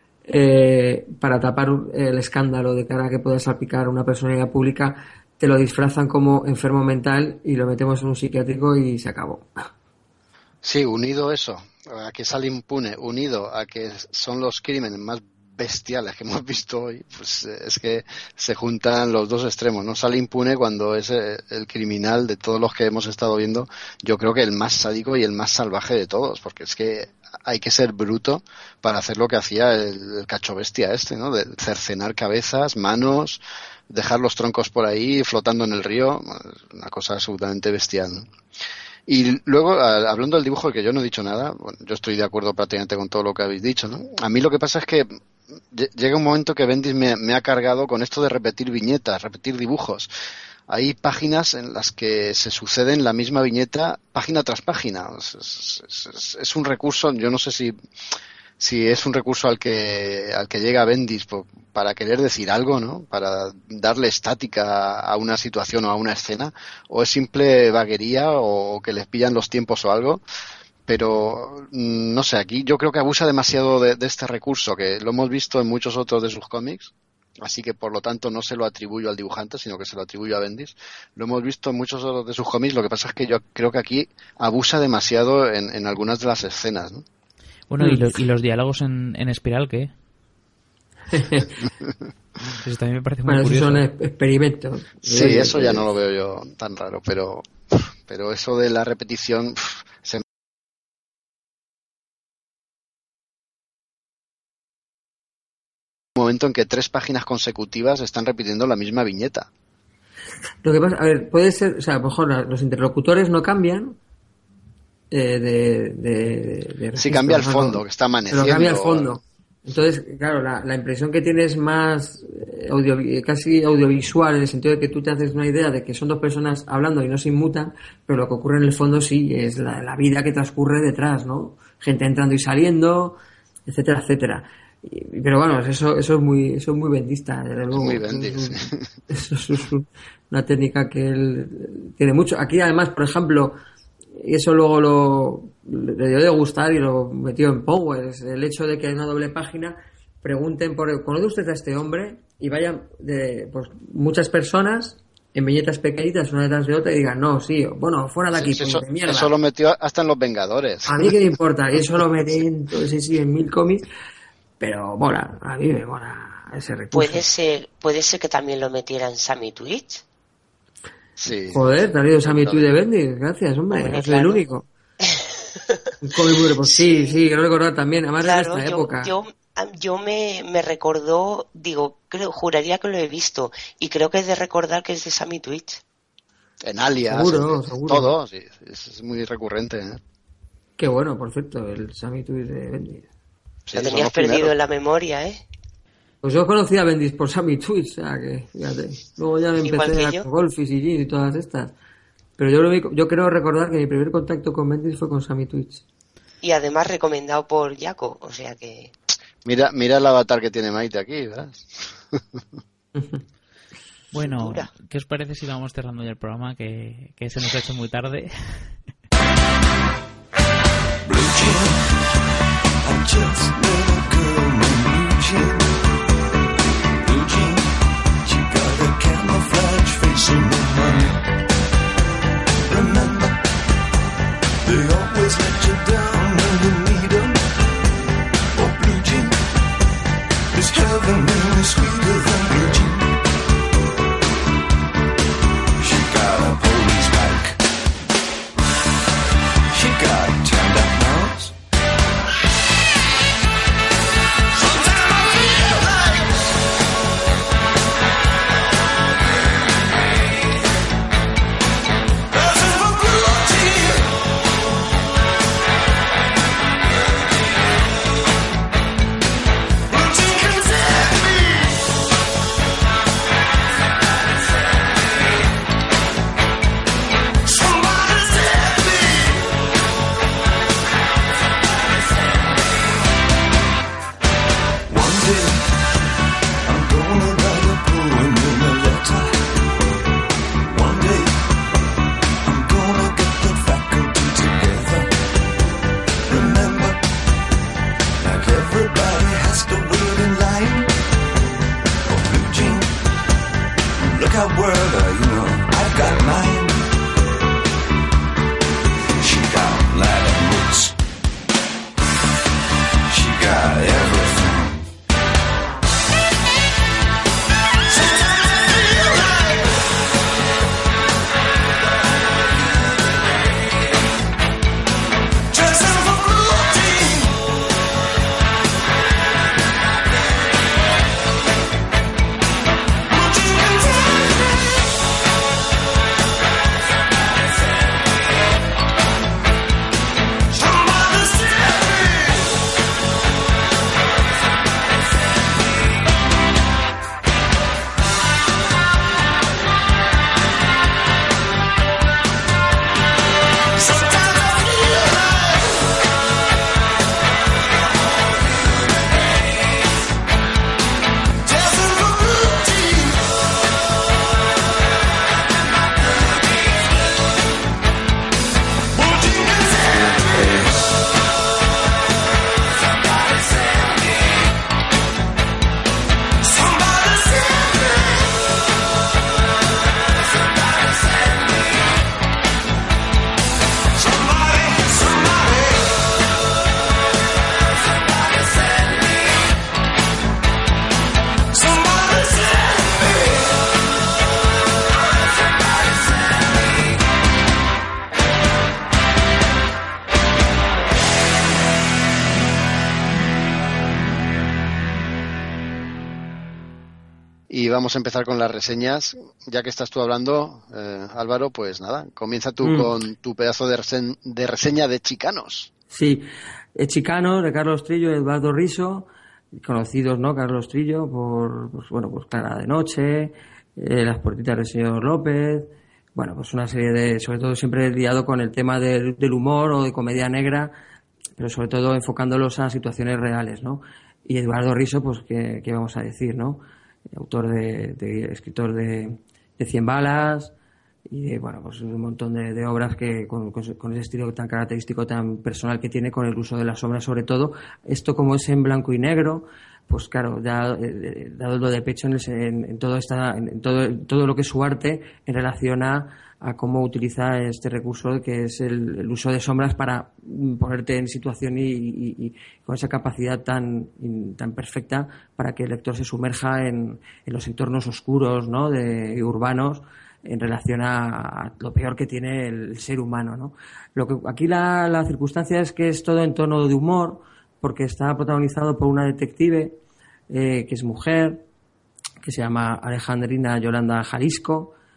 para tapar el escándalo de cara a que pueda salpicar a una personalidad pública, te lo disfrazan como enfermo mental y lo metemos en un psiquiátrico y se acabó. Sí, unido eso, a que sale impune, unido a que son los crímenes más bestiales que hemos visto hoy, pues es que se juntan los dos extremos, ¿no? Sale impune cuando es el criminal de todos los que hemos estado viendo, yo creo que el más sádico y el más salvaje de todos, porque es que hay que ser bruto para hacer lo que hacía el cacho bestia este, ¿no? De cercenar cabezas, manos, dejar los troncos por ahí flotando en el río, una cosa absolutamente bestial, ¿no? Y luego, hablando del dibujo, que yo no he dicho nada, bueno, yo estoy de acuerdo prácticamente con todo lo que habéis dicho, ¿no? A mí lo que pasa es que llega un momento que Bendis me ha cargado con esto de repetir viñetas, repetir dibujos. Hay páginas en las que se suceden la misma viñeta página tras página. Es un recurso, yo no sé si es un recurso al que llega Bendis para querer decir algo, ¿no? Para darle estática a una situación o a una escena, o es simple vaguería o que les pillan los tiempos o algo. Pero no sé, aquí yo creo que abusa demasiado de este recurso, que lo hemos visto en muchos otros de sus cómics, así que por lo tanto no se lo atribuyo al dibujante, sino que se lo atribuyo a Bendis. Lo hemos visto en muchos otros de sus cómics, lo que pasa es que yo creo que aquí abusa demasiado en algunas de las escenas, ¿no? Bueno, ¿y los diálogos en Espiral qué? Eso también me parece muy curioso. Esos son experimentos. Sí, eso ya no lo veo yo tan raro, pero eso de la repetición se... Un momento en que 3 páginas consecutivas están repitiendo la misma viñeta. Lo que pasa, a ver, puede ser, o sea, a lo mejor los interlocutores no cambian de sí, cambia el fondo, que está amaneciendo. Pero cambia el fondo. Entonces, claro, la impresión que tienes es más casi audiovisual, en el sentido de que tú te haces una idea de que son dos personas hablando y no se inmutan, pero lo que ocurre en el fondo sí es la vida que transcurre detrás, ¿no? Gente entrando y saliendo, etcétera, etcétera. Pero bueno, eso es muy bendista, desde luego. Muy bendis. Eso es una técnica que él tiene mucho. Aquí además, por ejemplo, y eso luego le dio de gustar y lo metió en Power, es el hecho de que en una doble página pregunten ¿conoce usted a este hombre? Y vayan pues muchas personas en viñetas pequeñitas una detrás de otra y digan, no, sí, bueno, fuera de aquí, sí, de mierda. Eso lo metió hasta en Los Vengadores. A mí qué me importa, y eso lo metí en 1000 cómics, pero mola, a mí me mola ese recurso. Puede ser que también lo metiera en Sammy Twitch. Sí. Joder, te ha leído Sammy Twitch de Bendis, gracias, hombre, no soy el único. Un cómic muy pues sí, quiero recordar también, además claro, de esta época. Yo me recordó, juraría que lo he visto, y creo que es de recordar que es de Sammy Twitch. En Alias, Seguro. todo, sí, es muy recurrente. Qué bueno, por cierto, el Sammy Twist de Bendis. Sí, Lo son tenías los perdido primeros. en la memoria, ¿eh? Pues yo conocí a Bendis por Sammy Twist, o sea que, fíjate. Luego ya me Igual empecé que yo. con Golfis y Jeans y todas estas. Pero yo creo recordar que mi primer contacto con Bendis fue con Sammy Twist. Y además recomendado por Jaco, o sea que... Mira el avatar que tiene Maite aquí, ¿verdad? Bueno, Segura. ¿qué os parece si vamos cerrando ya el programa, que se nos ha hecho muy tarde? Blue Jean, I just met a girl named Blue Jean. Blue Jean, she got a camouflage face and no money. Remember, they always let you down when you need them. Oh, Blue Jean, is heaven really sweeter than Blue Jean? She got a police bike. She got turned up nose. Sometimes I feel like dancing for cruelty. Routine can take me. Somebody save me. One day, I'm gonna write a poem in a letter. One day, I'm gonna get the faculty together. Remember, like everybody has to wait in line. Oh, Blue Jean, look how world I've got mine. She got Latin roots. She got everything. Sometimes I feel like dressing for cruelty. Routine can take me. Somebody save me. Sometimes I feel like dancing for cruelty. Routine can take me. Somebody save me. Somebody save me. Y vamos a empezar con las reseñas. Ya que estás tú hablando, Álvaro, pues nada, comienza tú con tu pedazo de reseña de Chicanos. Sí, Chicanos, de Carlos Trillo y Eduardo Riso, conocidos, ¿no? Carlos Trillo por, pues Clara de Noche, Las puertitas del señor López, bueno, pues una serie de, sobre todo siempre liado con el tema del humor o de comedia negra, pero sobre todo enfocándolos a situaciones reales, ¿no? Y Eduardo Riso, pues, ¿qué vamos a decir, no? Autor escritor de 100 balas y de, bueno, pues un montón de obras que con ese estilo tan característico, tan personal que tiene, con el uso de la sombra sobre todo. Esto, como es en blanco y negro, pues claro, ya dado lo de pecho en todo lo que es su arte en relación a cómo utiliza este recurso que es el uso de sombras para ponerte en situación y con esa capacidad tan perfecta para que el lector se sumerja en los entornos oscuros, ¿no? y urbanos, en relación a lo peor que tiene el ser humano, ¿no? Lo que aquí la circunstancia es que es todo en tono de humor, porque está protagonizado por una detective que es mujer, que se llama Alejandrina Yolanda Jalisco,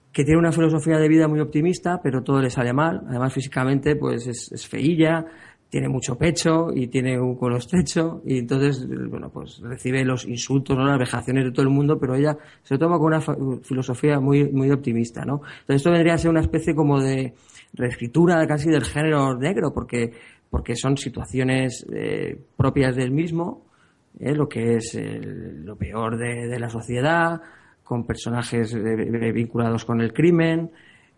que tiene una filosofía de vida muy optimista, pero todo le sale mal. Además, físicamente, pues es feílla, tiene mucho pecho y tiene un culo estrecho, y entonces, bueno, pues recibe los insultos, ¿no?, las vejaciones de todo el mundo, pero ella se lo toma con una filosofía muy, muy optimista, ¿no? Entonces esto vendría a ser una especie como de reescritura casi del género negro, porque son situaciones propias del mismo, lo que es lo peor de la sociedad, con personajes vinculados con el crimen.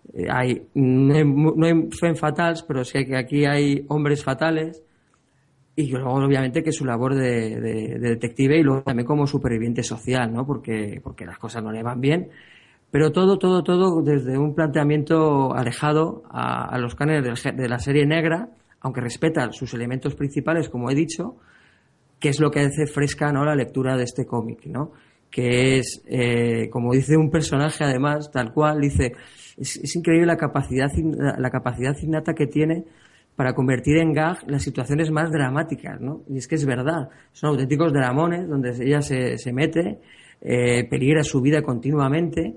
No hay femme fatales, pero sí que aquí hay hombres fatales, y luego obviamente que su labor de detective, y luego también como superviviente social, ¿no? Porque las cosas no le van bien, pero todo desde un planteamiento alejado a los cánones de la serie negra, aunque respeta sus elementos principales, como he dicho, que es lo que hace fresca, ¿no?, la lectura de este cómic, ¿no? Que es, como dice un personaje, además, tal cual, dice, es increíble la capacidad innata que tiene para convertir en gag las situaciones más dramáticas, ¿no? Y es que es verdad, son auténticos dramones donde ella se mete, peligra su vida continuamente,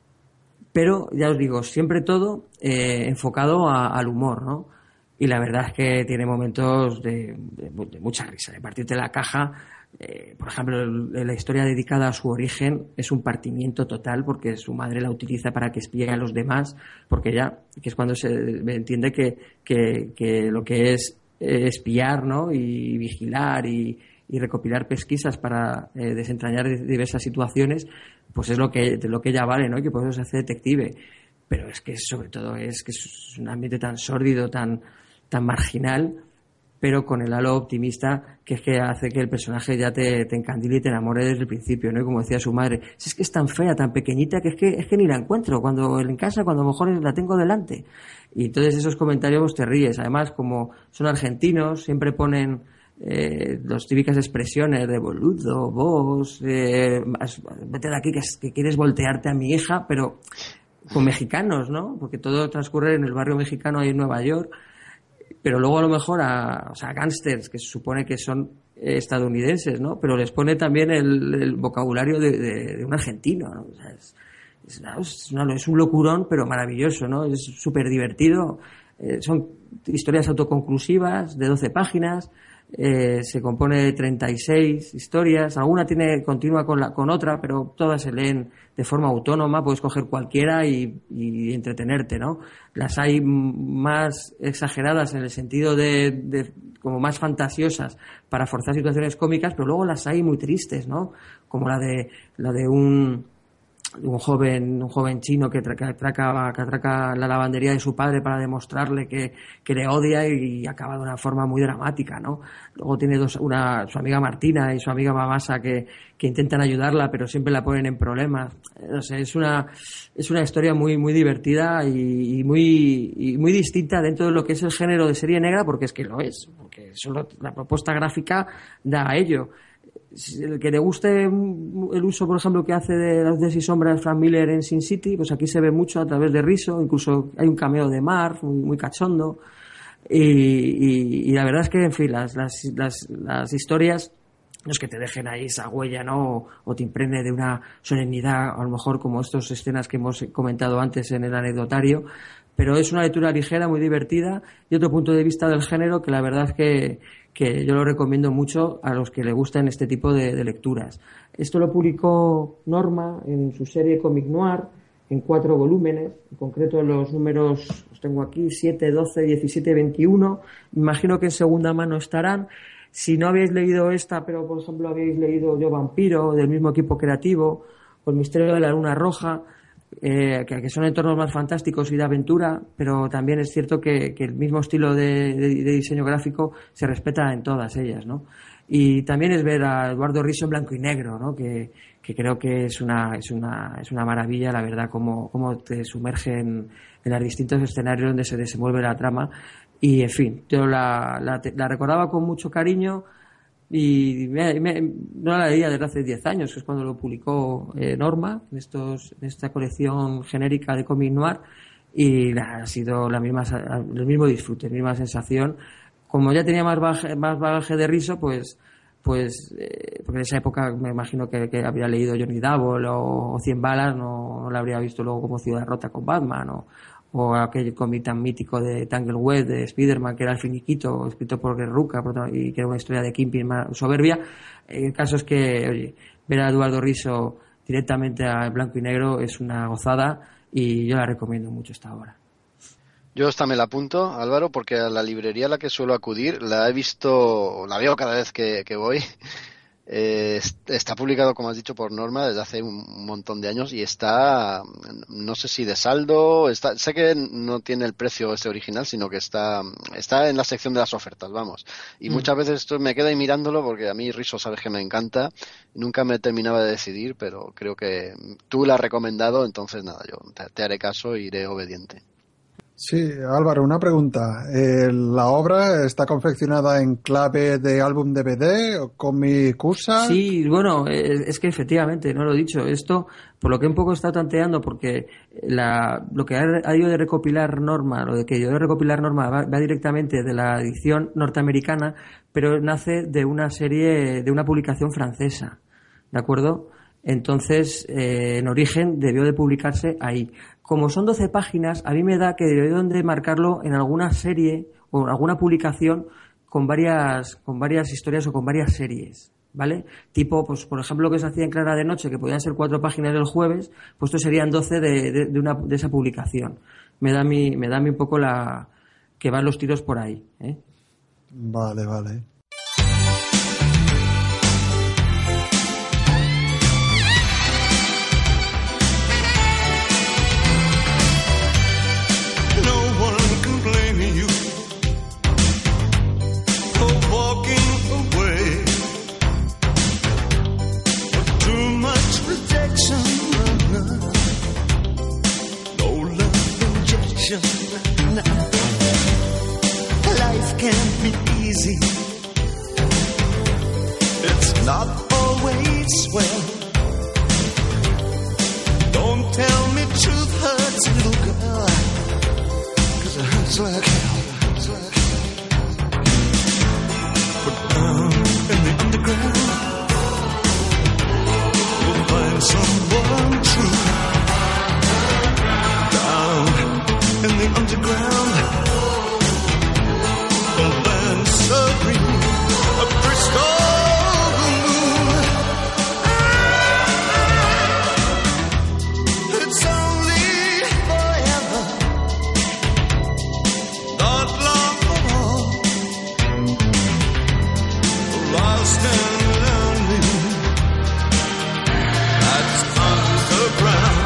pero ya os digo, siempre todo enfocado al humor, ¿no? Y la verdad es que tiene momentos de mucha risa, de partirte la caja. Por ejemplo, la historia dedicada a su origen es un partimiento total, porque su madre la utiliza para que espíe a los demás, porque ya, que es cuando se entiende que lo que es espiar, ¿no?, y vigilar y recopilar pesquisas para desentrañar diversas situaciones, pues es de lo que ella vale, ¿no?, y que por eso se hace detective. Pero es que sobre todo es un ambiente tan sórdido, tan marginal, pero con el halo optimista, que es que hace que el personaje ya te encandile y te enamore desde el principio, ¿no? Y como decía su madre, si es que es tan fea, tan pequeñita, que es que ni la encuentro en casa, cuando a lo mejor la tengo delante. Y entonces esos comentarios te ríes. Además, como son argentinos, siempre ponen las típicas expresiones de boludo, vos, vete de aquí que quieres voltearte a mi hija, pero con mexicanos, ¿no? Porque todo transcurre en el barrio mexicano ahí en Nueva York. Pero luego a lo mejor a gángsters que se supone que son estadounidenses, ¿no? Pero les pone también el vocabulario de un argentino, ¿no? O sea, es un locurón, pero maravilloso, ¿no? Es súper divertido. Son historias autoconclusivas de 12 páginas. Se compone de 36 historias. Alguna tiene continua con otra, pero todas se leen de forma autónoma. Puedes coger cualquiera y entretenerte, ¿no? Las hay más exageradas en el sentido de como más fantasiosas para forzar situaciones cómicas, pero luego las hay muy tristes, ¿no? Como la de un joven chino que atraca la lavandería de su padre para demostrarle que le odia, y acaba de una forma muy dramática, ¿no? Luego tiene su amiga Martina y su amiga Mamasa que intentan ayudarla, pero siempre la ponen en problemas. No sé, es una historia muy, muy divertida y muy distinta dentro de lo que es el género de serie negra, porque es que lo es, porque solo la propuesta gráfica da a ello. El que le guste el uso, por ejemplo, que hace de las luces y sombras Frank Miller en Sin City, pues aquí se ve mucho a través de Rizzo, incluso hay un cameo de Marv muy cachondo, y la verdad es que, en fin, las historias, no es que te dejen ahí esa huella, ¿no? O te impregne de una solemnidad, a lo mejor como estas escenas que hemos comentado antes en el anecdotario, pero es una lectura ligera, muy divertida, y otro punto de vista del género que la verdad es que yo lo recomiendo mucho a los que le gusten este tipo de lecturas. Esto lo publicó Norma en su serie Comic Noir en 4 volúmenes, en concreto los números, los tengo aquí, 7, 12, 17, 21. Imagino que en segunda mano estarán. Si no habéis leído esta, pero por ejemplo habéis leído Yo Vampiro, del mismo equipo creativo, o El misterio de la luna roja, que son entornos más fantásticos y de aventura, pero también es cierto que el mismo estilo de diseño gráfico se respeta en todas ellas, ¿no? Y también es ver a Eduardo Rizzo en blanco y negro, ¿no? Que creo que es una maravilla, la verdad, cómo te sumerge en los distintos escenarios donde se desenvuelve la trama. Y, en fin, yo la recordaba con mucho cariño, y no la leía desde hace 10 años, que es cuando lo publicó Norma, en esta colección genérica de cómic noir, y ha sido el mismo disfrute, la misma sensación. Como ya tenía más bagaje de Rizzo, pues pues porque en esa época me imagino que habría leído Johnny Double o 100 balas, no la habría visto luego como Ciudad Rota con Batman o aquel cómic tan mítico de Tanglewood de Spider-Man, que era El Finiquito, escrito por Greg Rucka, y que era una historia de Kingpin más soberbia. El caso es que, oye, ver a Eduardo Risso directamente a blanco y negro es una gozada y yo la recomiendo mucho esta obra. Yo esta me la apunto, Álvaro, porque a la librería a la que suelo acudir la veo cada vez que voy. Está publicado, como has dicho, por Norma desde hace un montón de años y está, no sé si de saldo, sé que no tiene el precio original, sino que está en la sección de las ofertas, vamos. Y muchas veces me quedo ahí mirándolo porque a mí Risso sabes que me encanta, nunca me terminaba de decidir, pero creo que tú la has recomendado, entonces nada, yo te haré caso e iré obediente. Sí, Álvaro, una pregunta. ¿La obra está confeccionada en clave de álbum DVD o cómic USA? Sí, bueno, es que efectivamente, no lo he dicho. Esto, por lo que un poco he estado tanteando, porque lo que ha ido de recopilar Norma, lo de que yo de recopilar Norma va directamente de la edición norteamericana, pero nace de una serie, de una publicación francesa, ¿de acuerdo? Entonces, en origen debió de publicarse ahí. Como son 12 páginas, a mí me da que debieron de marcarlo en alguna serie o en alguna publicación con varias historias o con varias series, ¿vale? Tipo, pues por ejemplo, lo que se hacía en Clara de Noche, que podían ser 4 páginas el jueves, pues estos serían 12 de esa publicación. Me da a mí un poco que van los tiros por ahí, ¿eh? Vale. Life can't be easy. It's not always well. Don't tell me truth hurts, little girl, 'cause it hurts like hell. But down in the underground, you'll find someone true. In the underground, the land so green, a crystal moon. It's only forever, not long at all. Lost and lonely, that's underground.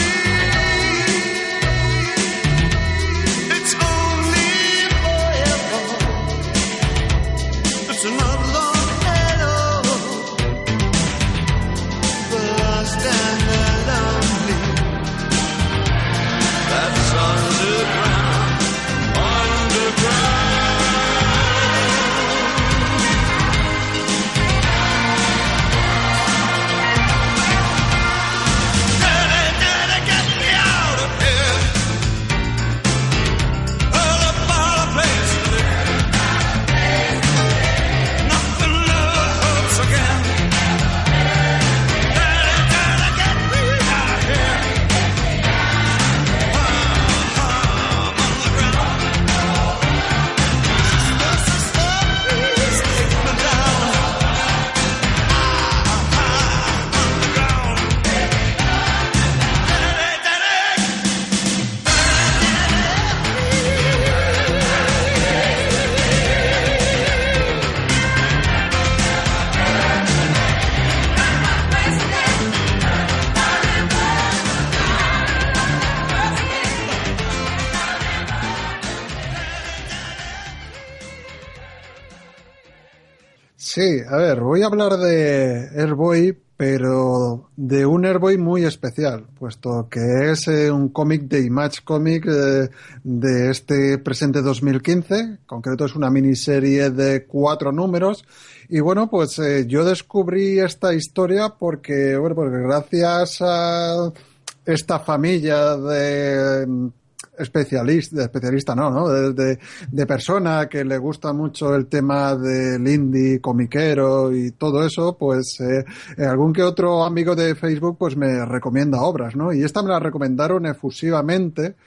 It's only forever. Sí, a ver, voy a hablar de Airboy, pero de un Airboy muy especial, puesto que es un cómic de Image Comics de este presente 2015. En concreto es una miniserie de 4 números. Y bueno, pues yo descubrí esta historia porque gracias a esta familia de especialista no, de persona que le gusta mucho el tema del indie comiquero y todo eso, pues algún que otro amigo de Facebook pues me recomienda obras, ¿no? Y esta me la recomendaron efusivamente.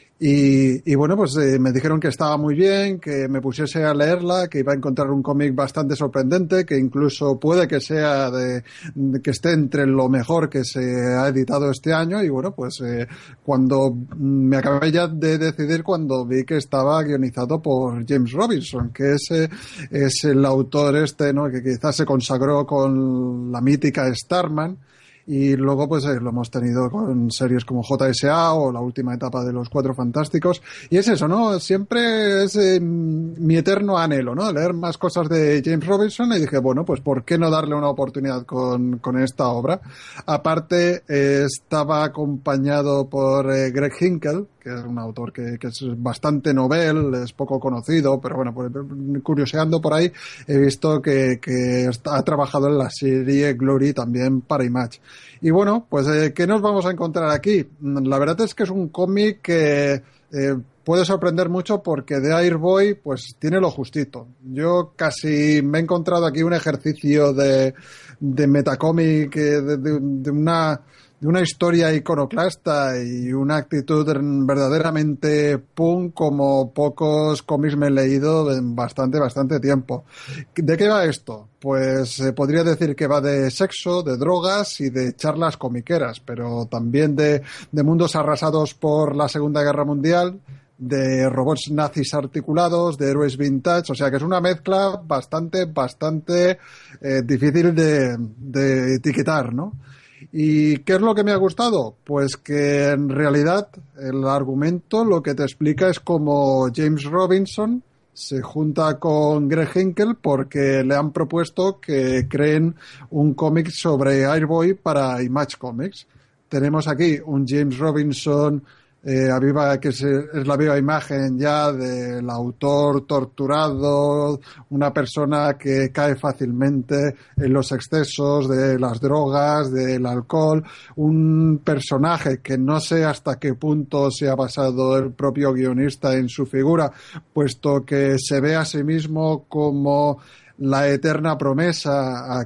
Y bueno, pues me dijeron que estaba muy bien, que me pusiese a leerla, que iba a encontrar un cómic bastante sorprendente, que incluso puede que sea que esté entre lo mejor que se ha editado este año. Y bueno, pues cuando me acabé ya de decidir cuando vi que estaba guionizado por James Robinson, que es el autor ¿no? Que quizás se consagró con la mítica Starman. Y luego pues lo hemos tenido con series como JSA o la última etapa de Los Cuatro Fantásticos. Y es eso, ¿no? Siempre es mi eterno anhelo, ¿no? Leer más cosas de James Robinson. Y dije, bueno, pues ¿por qué no darle una oportunidad con esta obra? Aparte, estaba acompañado por Greg Hinkle, que es un autor que es bastante novel, es poco conocido, pero bueno, curioseando por ahí, he visto que ha trabajado en la serie Glory también para Image. Y bueno, pues ¿qué nos vamos a encontrar aquí? La verdad es que es un cómic que puede sorprender mucho porque de Airboy pues tiene lo justito. Yo casi me he encontrado aquí un ejercicio de metacómic, de una historia iconoclasta y una actitud verdaderamente punk como pocos cómics me he leído en bastante tiempo. ¿De qué va esto? Pues podría decir que va de sexo, de drogas y de charlas comiqueras, pero también de mundos arrasados por la Segunda Guerra Mundial, de robots nazis articulados, de héroes vintage, o sea que es una mezcla bastante difícil de etiquetar, ¿no? ¿Y qué es lo que me ha gustado? Pues que en realidad el argumento lo que te explica es cómo James Robinson se junta con Greg Hinkle porque le han propuesto que creen un cómic sobre Airboy para Image Comics. Tenemos aquí un James Robinson que es la viva imagen ya del autor torturado, una persona que cae fácilmente en los excesos de las drogas, del alcohol, un personaje que no sé hasta qué punto se ha basado el propio guionista en su figura, puesto que se ve a sí mismo como la eterna promesa,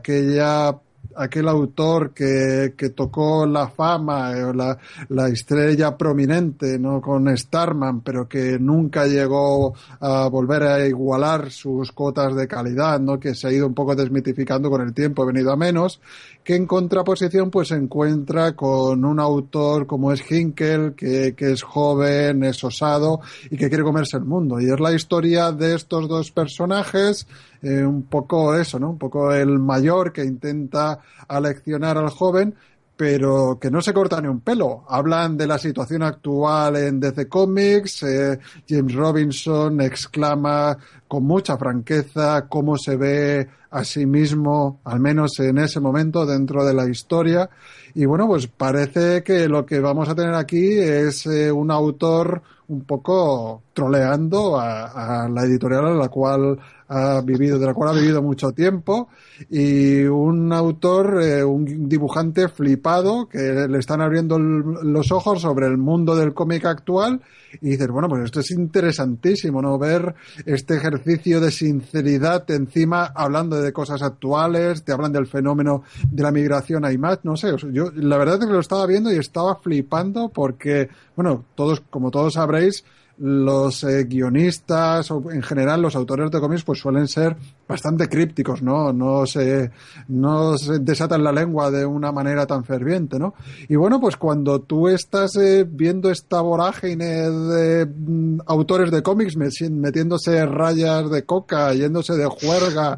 aquel autor que tocó la fama, la estrella prominente, ¿no? Con Starman, pero que nunca llegó a volver a igualar sus cotas de calidad, ¿no? Que se ha ido un poco desmitificando con el tiempo, ha venido a menos, que en contraposición pues se encuentra con un autor como es Hinkle, que es joven, es osado y que quiere comerse el mundo. Y es la historia de estos dos personajes, un poco eso, ¿no? Un poco el mayor que intenta aleccionar al joven, pero que no se corta ni un pelo. Hablan de la situación actual en DC Comics. James Robinson exclama con mucha franqueza cómo se ve a sí mismo, al menos en ese momento, dentro de la historia. Y bueno, pues parece que lo que vamos a tener aquí es un autor un poco troleando a la editorial de la cual ha vivido mucho tiempo, y un autor, un dibujante flipado que le están abriendo los ojos sobre el mundo del cómic actual, y dices, bueno, pues esto es interesantísimo, ¿no? Ver este ejercicio de sinceridad, encima hablando de cosas actuales, te hablan del fenómeno de la migración a Image, no sé, yo la verdad es que lo estaba viendo y estaba flipando porque, bueno, como todos sabréis, los guionistas o en general los autores de cómics pues suelen ser bastante crípticos, no se desatan la lengua de una manera tan ferviente, ¿no? Y bueno, pues cuando tú estás viendo esta vorágine de autores de cómics metiéndose rayas de coca, yéndose de juerga,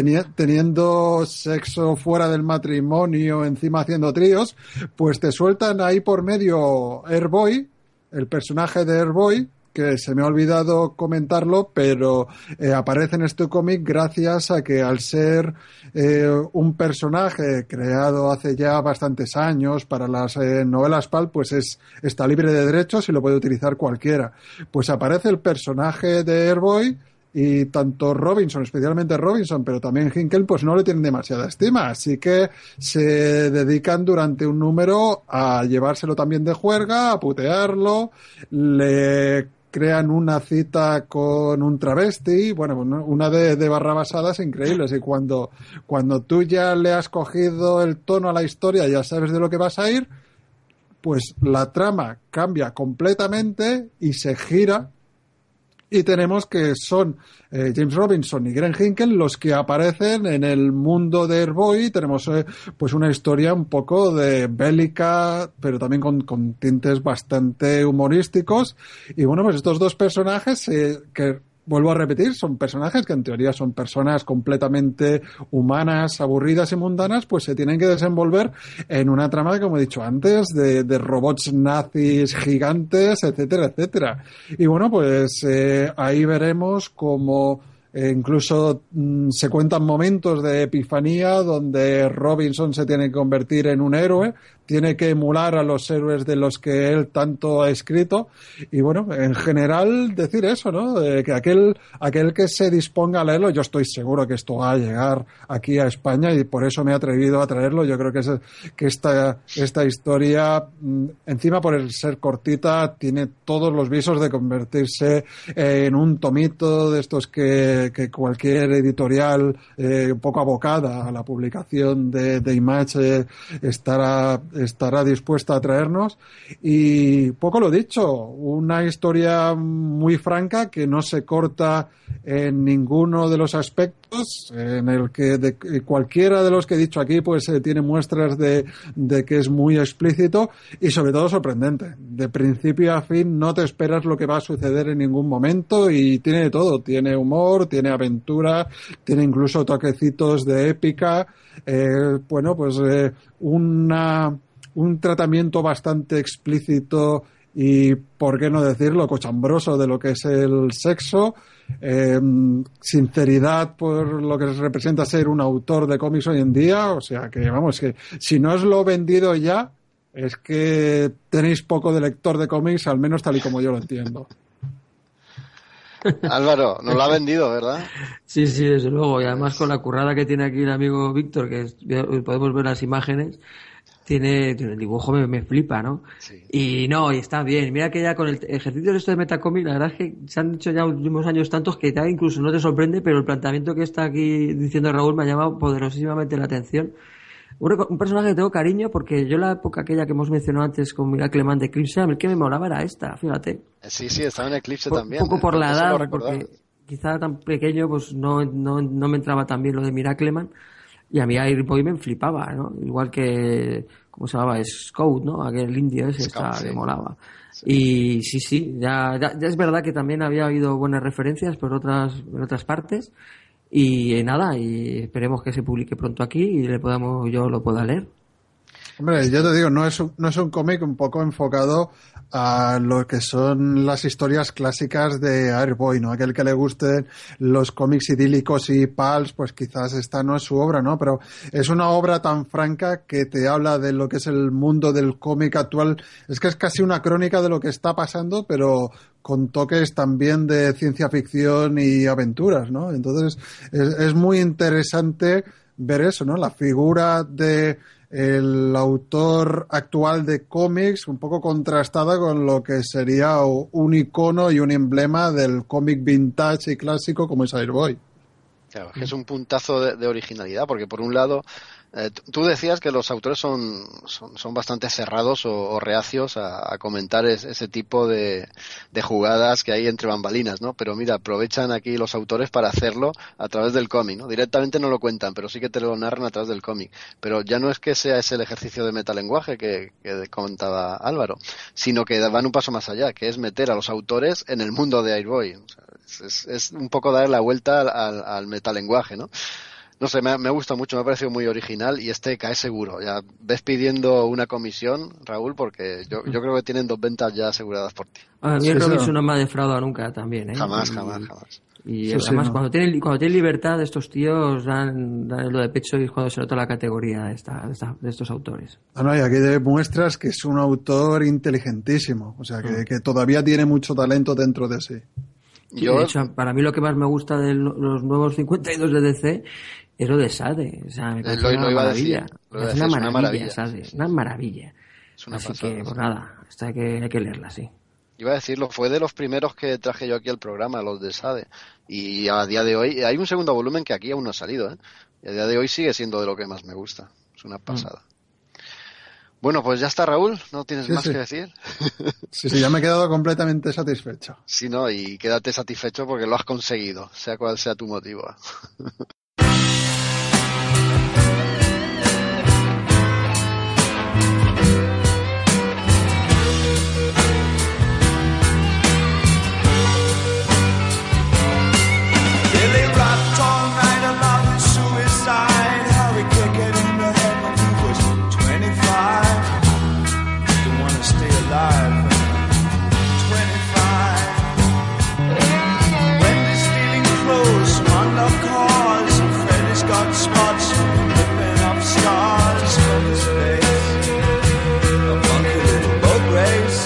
teniendo sexo fuera del matrimonio, encima haciendo tríos, pues te sueltan ahí por medio Airboy, el personaje de Airboy, que se me ha olvidado comentarlo, pero aparece en este cómic gracias a que al ser un personaje creado hace ya bastantes años para las novelas pulp, pues está libre de derechos y lo puede utilizar cualquiera. Pues aparece el personaje de Airboy y tanto Robinson, especialmente Robinson, pero también Hinkle, pues no le tienen demasiada estima, así que se dedican durante un número a llevárselo también de juerga, a putearlo, le crean una cita con un travesti, bueno, una de barrabasadas increíbles, y cuando tú ya le has cogido el tono a la historia, ya sabes de lo que vas a ir, pues la trama cambia completamente y se gira. Y tenemos que son James Robinson y Grant Hinkle los que aparecen en el mundo de Airboy. Tenemos pues una historia un poco de bélica, pero también con tintes bastante humorísticos. Y bueno, pues estos dos personajes que vuelvo a repetir, son personajes que en teoría son personas completamente humanas, aburridas y mundanas, pues se tienen que desenvolver en una trama, como he dicho antes, de robots nazis gigantes, etcétera, etcétera. Y bueno, pues ahí veremos cómo incluso se cuentan momentos de epifanía donde Robinson se tiene que convertir en un héroe, tiene que emular a los héroes de los que él tanto ha escrito. Y bueno, en general decir eso, ¿no? Que aquel que se disponga a leerlo, yo estoy seguro que esto va a llegar aquí a España y por eso me he atrevido a traerlo. Yo creo que esta historia, encima por el ser cortita, tiene todos los visos de convertirse en un tomito de estos que cualquier editorial un poco abocada a la publicación de Image estará dispuesta a traernos. Y poco lo dicho, una historia muy franca que no se corta en ninguno de los aspectos, en el que de cualquiera de los que he dicho aquí pues tiene muestras de que es muy explícito y sobre todo sorprendente. De principio a fin no te esperas lo que va a suceder en ningún momento y tiene de todo, tiene humor, tiene aventura, tiene incluso toquecitos de épica, bueno, pues un tratamiento bastante explícito y, por qué no decirlo, cochambroso de lo que es el sexo, sinceridad por lo que representa ser un autor de cómics hoy en día. O sea que, vamos, que si no os lo he vendido ya, es que tenéis poco de lector de cómics, al menos tal y como yo lo entiendo. Álvaro, nos lo ha vendido, ¿verdad? Sí, desde luego. Y además con la currada que tiene aquí el amigo Víctor, que podemos ver las imágenes, tiene el dibujo me flipa, ¿no? Sí. Y está bien. Mira que ya con el ejercicio de esto de Metacomic, la verdad es que se han hecho ya últimos años tantos que ya incluso no te sorprende, pero el planteamiento que está aquí diciendo Raúl me ha llamado poderosísimamente la atención. Un personaje que tengo cariño porque yo la época aquella que hemos mencionado antes con Miracle Man de Eclipse, el que me molaba era esta, fíjate. Sí, estaba en Eclipse también. Un poco por la edad, porque quizá tan pequeño pues no me entraba tan bien lo de Miracle Man. Y a mí Airboy me flipaba, ¿no? Igual que, ¿cómo se llamaba? Scout, ¿no? Aquel indio ese me molaba. Sí. Y sí, ya es verdad que también había habido buenas referencias en otras partes. Y nada, y esperemos que se publique pronto aquí y yo lo pueda leer. Hombre, yo te digo, no es un cómic un poco enfocado a lo que son las historias clásicas de Airboy, ¿no? Aquel que le gusten los cómics idílicos y pulps, pues quizás esta no es su obra, ¿no? Pero es una obra tan franca que te habla de lo que es el mundo del cómic actual. Es que es casi una crónica de lo que está pasando, pero con toques también de ciencia ficción y aventuras, ¿no? Entonces es muy interesante ver eso, ¿no? La figura de el autor actual de cómics un poco contrastada con lo que sería un icono y un emblema del cómic vintage y clásico como es Airboy. Claro, es un puntazo de originalidad, porque por un lado tú decías que los autores son bastante cerrados o reacios a comentar ese tipo de jugadas que hay entre bambalinas, ¿no? Pero mira, aprovechan aquí los autores para hacerlo a través del cómic, ¿no? Directamente no lo cuentan, pero sí que te lo narran a través del cómic. Pero ya no es que sea ese el ejercicio de metalenguaje que comentaba Álvaro, sino que van un paso más allá, que es meter a los autores en el mundo de Airboy. O sea, es un poco dar la vuelta al metalenguaje, ¿no? No sé, me gusta mucho, me ha parecido muy original y cae seguro. Ya ves pidiendo una comisión, Raúl, porque yo creo que tienen 2 ventas ya aseguradas por ti. A mí el Robinson no me ha defraudado nunca también, ¿eh? Jamás. Y Sí, además, no. cuando tienen libertad, estos tíos dan lo de pecho y es cuando se nota la categoría de estos autores. No, y aquí demuestras que es un autor inteligentísimo, o sea, que todavía tiene mucho talento dentro de sí. Sí, de hecho, para mí lo que más me gusta de los nuevos 52 de DC es lo de Sade. O sea, me parece una maravilla. Es una maravilla, Sade. Una maravilla. Es una Así pasada, que, pues nada, hay que leerla, sí. Iba a decirlo, fue de los primeros que traje yo aquí al programa, los de Sade. Y a día de hoy, hay un segundo volumen que aquí aún no ha salido, ¿eh? Y a día de hoy sigue siendo de lo que más me gusta. Es una pasada. Bueno, pues ya está, Raúl. ¿No tienes más que decir? Sí, ya me he quedado completamente satisfecho. Sí, no, y quédate satisfecho porque lo has conseguido, sea cual sea tu motivo. Billy rapped all night about his suicide, how he could get in the head when he was 25. Didn't want to stay alive when he was 25. Wendy's feeling close, under cars, and Freddy's got spots ripping up scars from his face. A funky little boat race.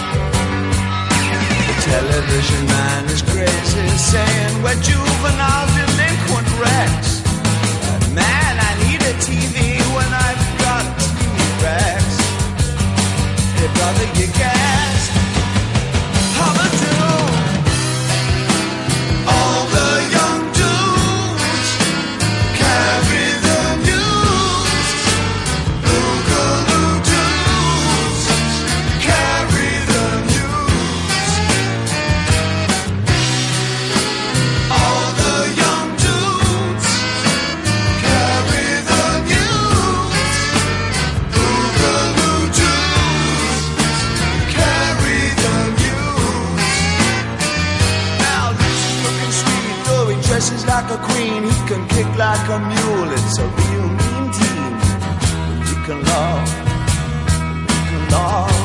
The television man is crazy, saying we're juvenile delinquent wrecks. Man, I need a TV when I've got T-Rex. Hey brother, you guess how to do? All the young dudes carry the news. Boogaloo dudes carry the news. All the young dudes carry the news. Boogaloo dudes carry the news. Now this is looking sweet, though he dresses like a queen. He can kick like a mule. It's a real mean team. You can love, you can love.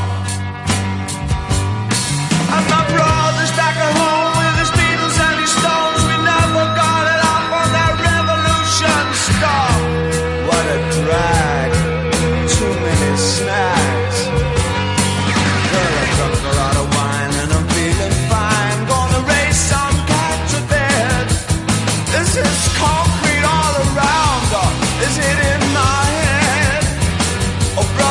And my brother's back at home with his Beatles and his Stones. We never got it off on that revolution stuff. What a drag. Too many snacks. Girl, I drunk a lot of wine and I'm feeling fine. Gonna race some cat to bed. This is concrete all around. Or is it in my head? Oh,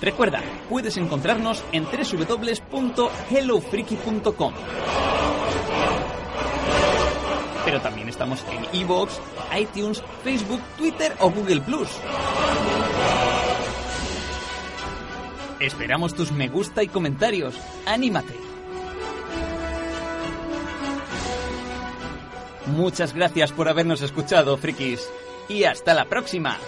Recuerda, puedes encontrarnos en www.hellofreaky.com. Pero también estamos en iVoox, iTunes, Facebook, Twitter o Google+. Esperamos tus me gusta y comentarios. ¡Anímate! Muchas gracias por habernos escuchado, frikis. Y hasta la próxima.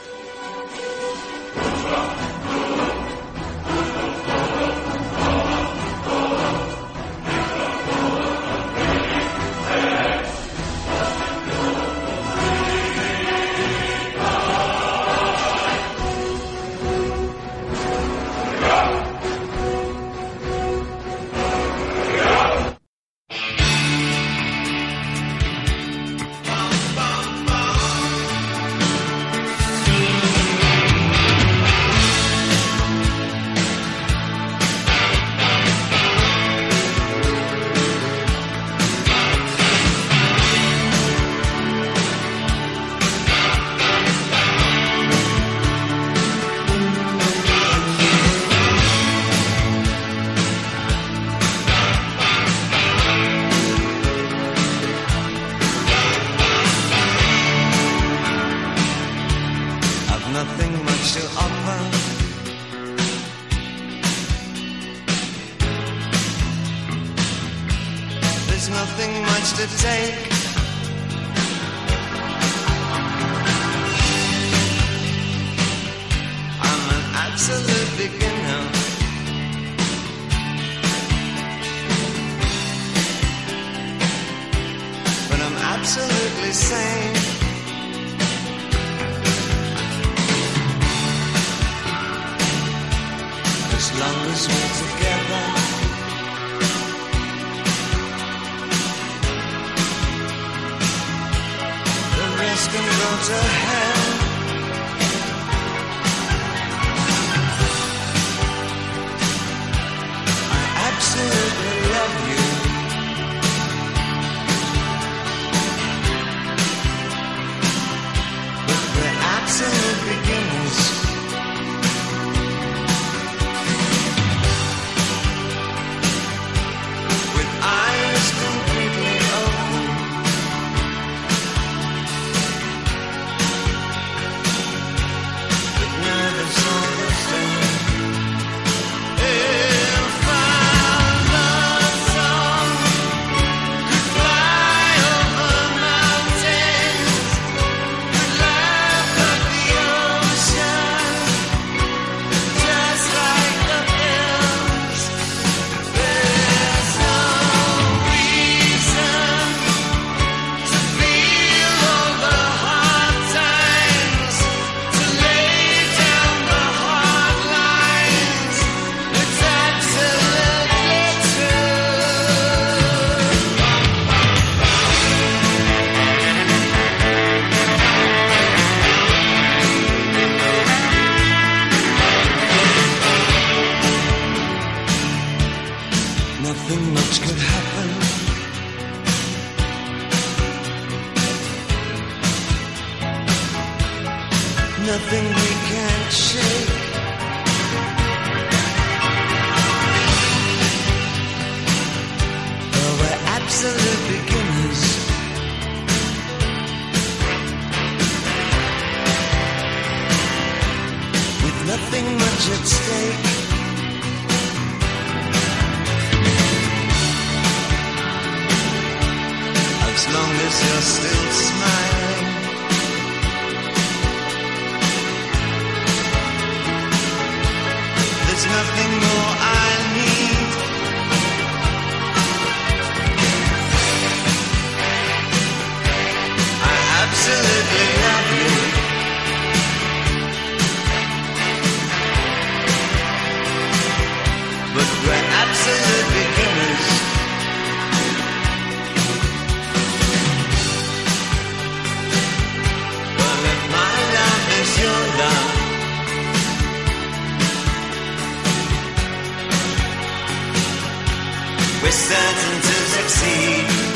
We're certain to succeed.